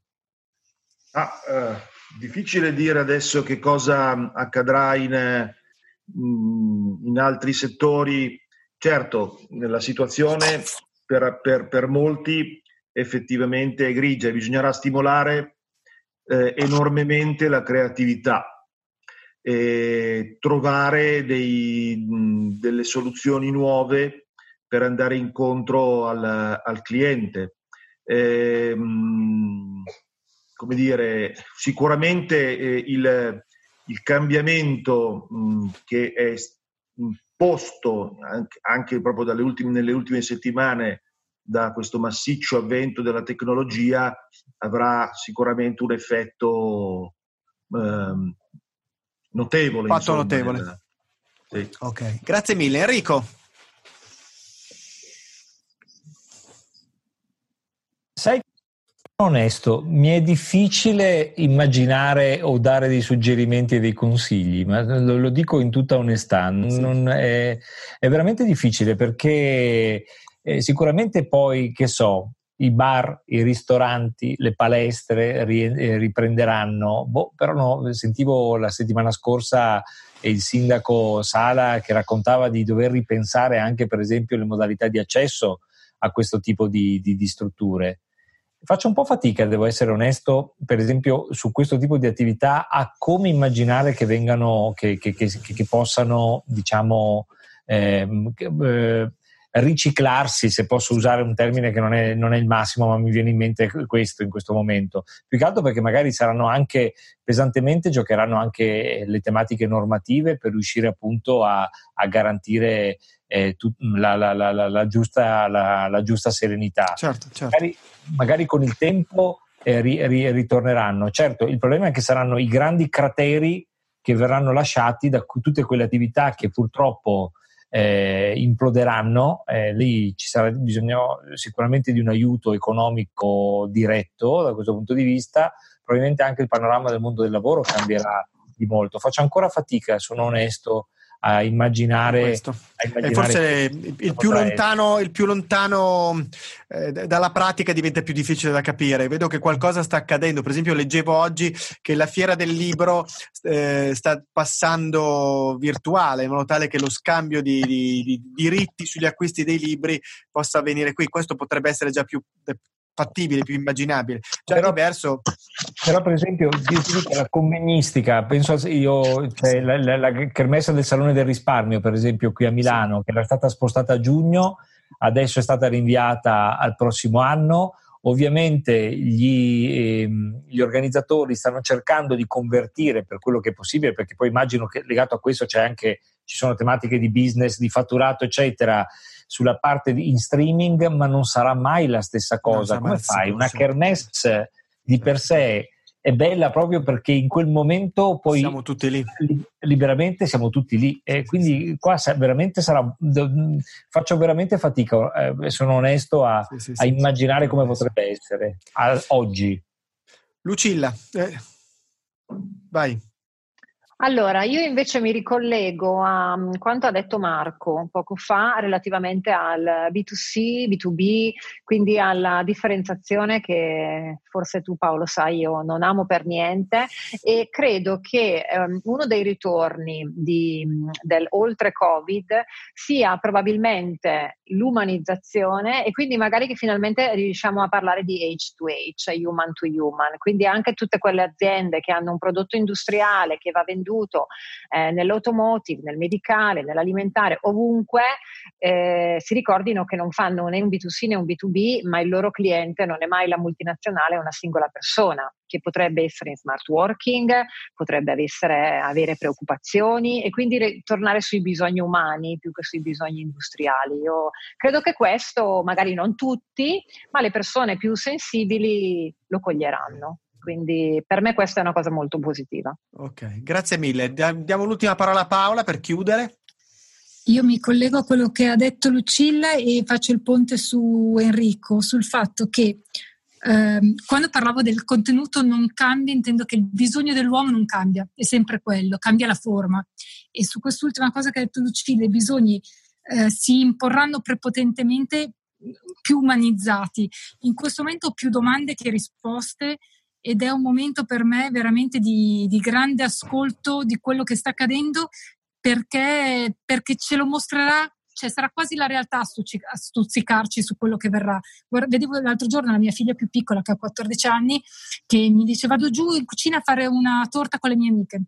Ah, eh, difficile dire adesso che cosa accadrà in, in altri settori. Certo, la situazione per, per, per molti effettivamente è grigia e bisognerà stimolare eh, enormemente la creatività. E trovare dei, delle soluzioni nuove per andare incontro al, al cliente. E, come dire, sicuramente eh, il, il cambiamento mh, che è posto anche, anche proprio dalle ultime, nelle ultime settimane da questo massiccio avvento della tecnologia avrà sicuramente un effetto eh, notevole. Fatto insomma, notevole. Nella... Sì. Ok, grazie mille. Enrico? Sai, onesto, mi è difficile immaginare o dare dei suggerimenti e dei consigli, ma lo, lo dico in tutta onestà, non è, è veramente difficile perché eh, sicuramente poi, che so, i bar, i ristoranti, le palestre ri, riprenderanno, boh, però no, sentivo la settimana scorsa il sindaco Sala che raccontava di dover ripensare anche per esempio le modalità di accesso a questo tipo di, di, di strutture. faccio un po' fatica, devo essere onesto, per esempio su questo tipo di attività, a come immaginare che vengano, che, che, che, che possano, diciamo, eh, eh, riciclarsi, se posso usare un termine che non è, non è il massimo, ma mi viene in mente questo in questo momento. Più che altro perché magari saranno anche pesantemente, giocheranno anche le tematiche normative per riuscire appunto a, a garantire eh, tut, la, la, la, la, la, giusta, la, la giusta serenità. Certo, certo. Magari, magari con il tempo eh, ri, ri, ritorneranno. Certo, il problema è che saranno i grandi crateri che verranno lasciati da tutte quelle attività che purtroppo Eh, imploderanno, eh, lì ci sarà bisogno sicuramente di un aiuto economico diretto da questo punto di vista, probabilmente anche il panorama del mondo del lavoro cambierà di molto. Faccio ancora fatica, sono onesto, a immaginare, a immaginare e forse il, il più lontano, il più lontano eh, dalla pratica diventa più difficile da capire. Vedo che qualcosa sta accadendo. Per esempio, leggevo oggi che la fiera del libro eh, sta passando virtuale, in modo tale che lo scambio di, di, di diritti sugli acquisti dei libri possa avvenire qui. Questo potrebbe essere già più fattibile, più immaginabile. Già però, diverso. Però per esempio la convegnistica, penso io, cioè, la, la, la kermesse del Salone del Risparmio, per esempio qui a Milano, sì, che era stata spostata a giugno, adesso è stata rinviata al prossimo anno. Ovviamente gli, ehm, gli organizzatori stanno cercando di convertire per quello che è possibile, perché poi immagino che legato a questo c'è anche, ci sono tematiche di business, di fatturato eccetera, sulla parte di, in streaming, ma non sarà mai la stessa cosa. Come fai? Una kermesse di per sé è bella proprio perché in quel momento poi siamo tutti lì, liberamente siamo tutti lì, e quindi qua veramente sarà, faccio veramente fatica, eh, sono onesto a, sì, sì, a sì, immaginare sì, come potrebbe essere a, oggi. Lucilla, eh, vai. Allora, io invece mi ricollego a quanto ha detto Marco poco fa relativamente al B due C, B due B, quindi alla differenziazione che forse tu Paolo sai io non amo per niente, e credo che um, uno dei ritorni di, del oltre Covid sia probabilmente l'umanizzazione, e quindi magari che finalmente riusciamo a parlare di H to H, human to human, quindi anche tutte quelle aziende che hanno un prodotto industriale che va venduto Eh, nell'automotive, nel medicale, nell'alimentare, ovunque, eh, si ricordino che non fanno né un B due C né un B due B, ma il loro cliente non è mai la multinazionale, è una singola persona che potrebbe essere in smart working, potrebbe essere, avere preoccupazioni, e quindi re- tornare sui bisogni umani più che sui bisogni industriali. Io credo che questo, magari non tutti, ma le persone più sensibili lo coglieranno. Quindi per me questa è una cosa molto positiva. Ok, grazie mille. Diamo l'ultima parola a Paola per chiudere. Io mi collego a quello che ha detto Lucilla e faccio il ponte su Enrico, sul fatto che ehm, quando parlavo del contenuto non cambia, intendo che il bisogno dell'uomo non cambia, è sempre quello, cambia la forma. E su quest'ultima cosa che ha detto Lucilla, i bisogni eh, si imporranno prepotentemente più umanizzati. In questo momento ho più domande che risposte, ed è un momento per me veramente di, di grande ascolto di quello che sta accadendo, perché, perché ce lo mostrerà, cioè sarà quasi la realtà a, stuzzic- a stuzzicarci su quello che verrà. Guarda, vedevo l'altro giorno la mia figlia più piccola, che ha quattordici anni, che mi dice: vado giù in cucina a fare una torta con le mie amiche.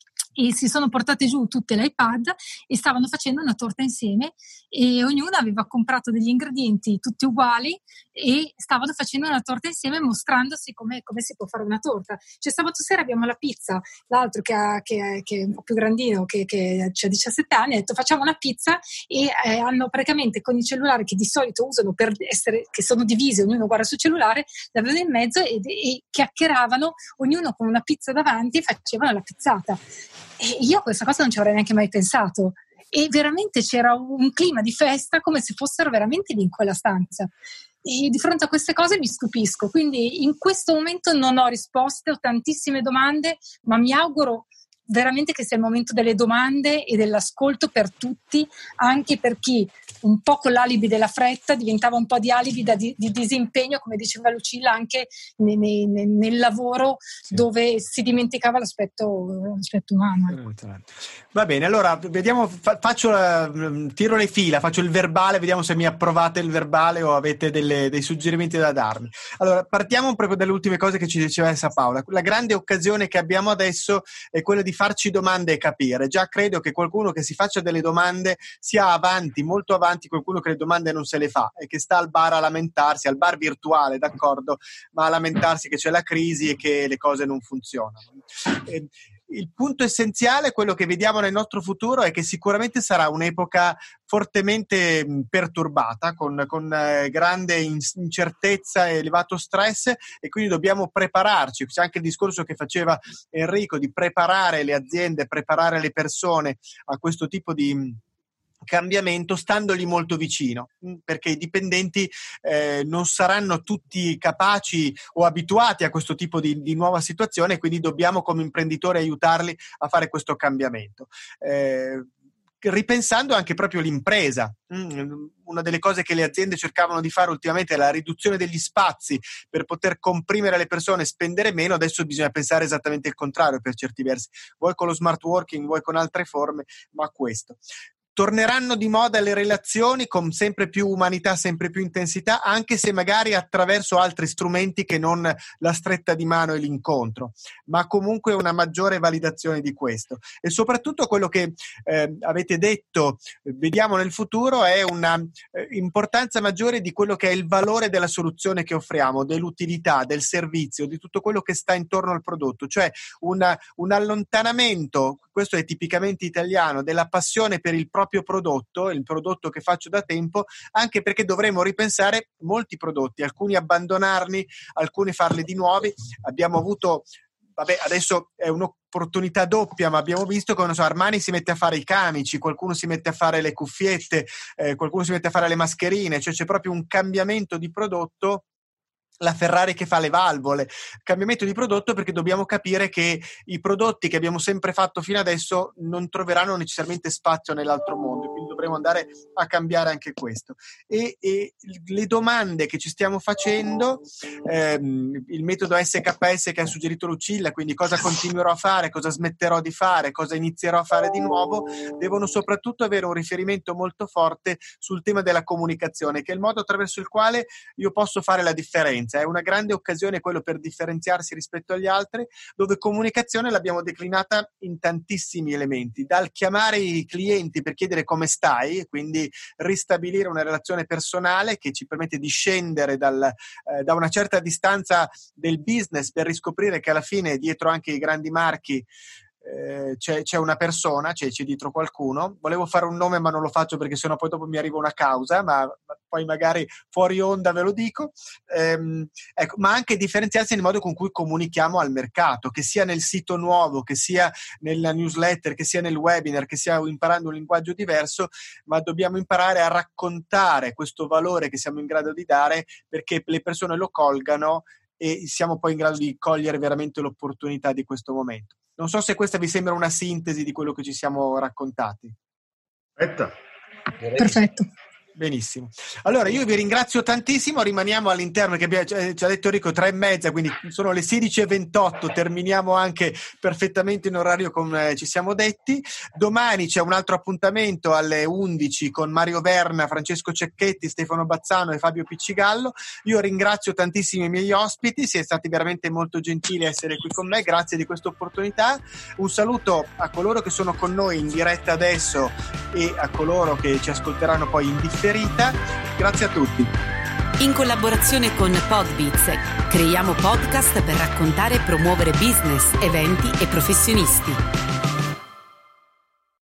E si sono portate giù tutte l'iPad e stavano facendo una torta insieme, e ognuna aveva comprato degli ingredienti tutti uguali e stavano facendo una torta insieme, mostrandosi come, come si può fare una torta. Cioè sabato sera abbiamo la pizza, l'altro che, ha, che, che è un po' più grandino, che, che ha diciassette anni, ha detto facciamo una pizza, e eh, hanno praticamente con i cellulari che di solito usano per essere, che sono divisi, ognuno guarda sul cellulare, l'avevano in mezzo e, e chiacchieravano, ognuno con una pizza davanti, e facevano la pizzata. E io a questa cosa non ci avrei neanche mai pensato, e veramente c'era un clima di festa come se fossero veramente lì in quella stanza, e di fronte a queste cose mi stupisco. Quindi in questo momento non ho risposte, ho tantissime domande, ma mi auguro veramente che sia il momento delle domande e dell'ascolto per tutti, anche per chi un po' con l'alibi della fretta diventava un po' di alibi da di, di disimpegno, come diceva Lucilla, anche nei, nei, nel lavoro, sì, dove si dimenticava l'aspetto, l'aspetto umano. Va bene, allora vediamo, fa, faccio uh, tiro le fila, faccio il verbale, vediamo se mi approvate il verbale o avete delle, dei suggerimenti da darmi. Allora, partiamo proprio dalle ultime cose che ci diceva essa Paola. La grande occasione che abbiamo adesso è quella di farci domande e capire. Già credo che qualcuno che si faccia delle domande sia avanti, molto avanti, qualcuno che le domande non se le fa e che sta al bar a lamentarsi, al bar virtuale, d'accordo, ma a lamentarsi che c'è la crisi e che le cose non funzionano. E il punto essenziale, quello che vediamo nel nostro futuro, è che sicuramente sarà un'epoca fortemente perturbata, con, con eh, grande incertezza e elevato stress, e quindi dobbiamo prepararci. C'è anche il discorso che faceva Enrico di preparare le aziende, preparare le persone a questo tipo di cambiamento, standogli molto vicino, perché i dipendenti eh, non saranno tutti capaci o abituati a questo tipo di, di nuova situazione, quindi dobbiamo come imprenditori aiutarli a fare questo cambiamento. Eh, ripensando anche proprio l'impresa. Una delle cose che le aziende cercavano di fare ultimamente è la riduzione degli spazi per poter comprimere le persone e spendere meno. Adesso bisogna pensare esattamente il contrario per certi versi, vuoi con lo smart working, vuoi con altre forme, ma questo. Torneranno di moda le relazioni con sempre più umanità, sempre più intensità, anche se magari attraverso altri strumenti che non la stretta di mano e l'incontro, ma comunque una maggiore validazione di questo. E soprattutto quello che eh, avete detto, vediamo nel futuro, è una eh, importanza maggiore di quello che è il valore della soluzione che offriamo, dell'utilità, del servizio, di tutto quello che sta intorno al prodotto, cioè una, un allontanamento, questo è tipicamente italiano, della passione per il proprio prodotto, il prodotto che faccio da tempo, anche perché dovremo ripensare molti prodotti, alcuni abbandonarli, alcuni farli di nuovi. Abbiamo avuto, vabbè, adesso è un'opportunità doppia, ma abbiamo visto che, non so, Armani si mette a fare i camici, qualcuno si mette a fare le cuffiette, eh, qualcuno si mette a fare le mascherine, cioè c'è proprio un cambiamento di prodotto. La Ferrari che fa le valvole, cambiamento di prodotto, perché dobbiamo capire che i prodotti che abbiamo sempre fatto fino adesso non troveranno necessariamente spazio nell'altro mondo, quindi dovremo andare a cambiare anche questo. E, e le domande che ci stiamo facendo, ehm, il metodo S K S che ha suggerito Lucilla, quindi cosa continuerò a fare, cosa smetterò di fare, cosa inizierò a fare di nuovo, devono soprattutto avere un riferimento molto forte sul tema della comunicazione, che è il modo attraverso il quale io posso fare la differenza. È una grande occasione quello per differenziarsi rispetto agli altri, dove comunicazione l'abbiamo declinata in tantissimi elementi, dal chiamare i clienti per chiedere come stai, quindi ristabilire una relazione personale che ci permette di scendere dal, eh, da una certa distanza del business per riscoprire che alla fine dietro anche i grandi marchi Eh, c'è, c'è una persona, c'è, c'è dietro qualcuno. Volevo fare un nome ma non lo faccio perché sennò poi dopo mi arriva una causa, ma, ma poi magari fuori onda ve lo dico. Ehm, ecco, ma anche differenziarsi nel modo con cui comunichiamo al mercato, che sia nel sito nuovo, che sia nella newsletter, che sia nel webinar, che sia imparando un linguaggio diverso, ma dobbiamo imparare a raccontare questo valore che siamo in grado di dare perché le persone lo colgano e siamo poi in grado di cogliere veramente l'opportunità di questo momento. Non so se questa vi sembra una sintesi di quello che ci siamo raccontati. Perfetto. Perfetto. Benissimo. Allora io vi ringrazio tantissimo, rimaniamo all'interno, che abbiamo, ci ha detto Enrico, tre e mezza, quindi sono le sedici e ventotto, terminiamo anche perfettamente in orario come ci siamo detti. Domani c'è un altro appuntamento alle undici con Mario Verna, Francesco Cecchetti, Stefano Bazzano e Fabio Piccigallo. Io ringrazio tantissimo i miei ospiti, siete stati veramente molto gentili a essere qui con me, grazie di questa opportunità. Un saluto a coloro che sono con noi in diretta adesso e a coloro che ci ascolteranno poi in differita. Grazie a tutti. In collaborazione con Podbeats creiamo podcast per raccontare e promuovere business, eventi e professionisti.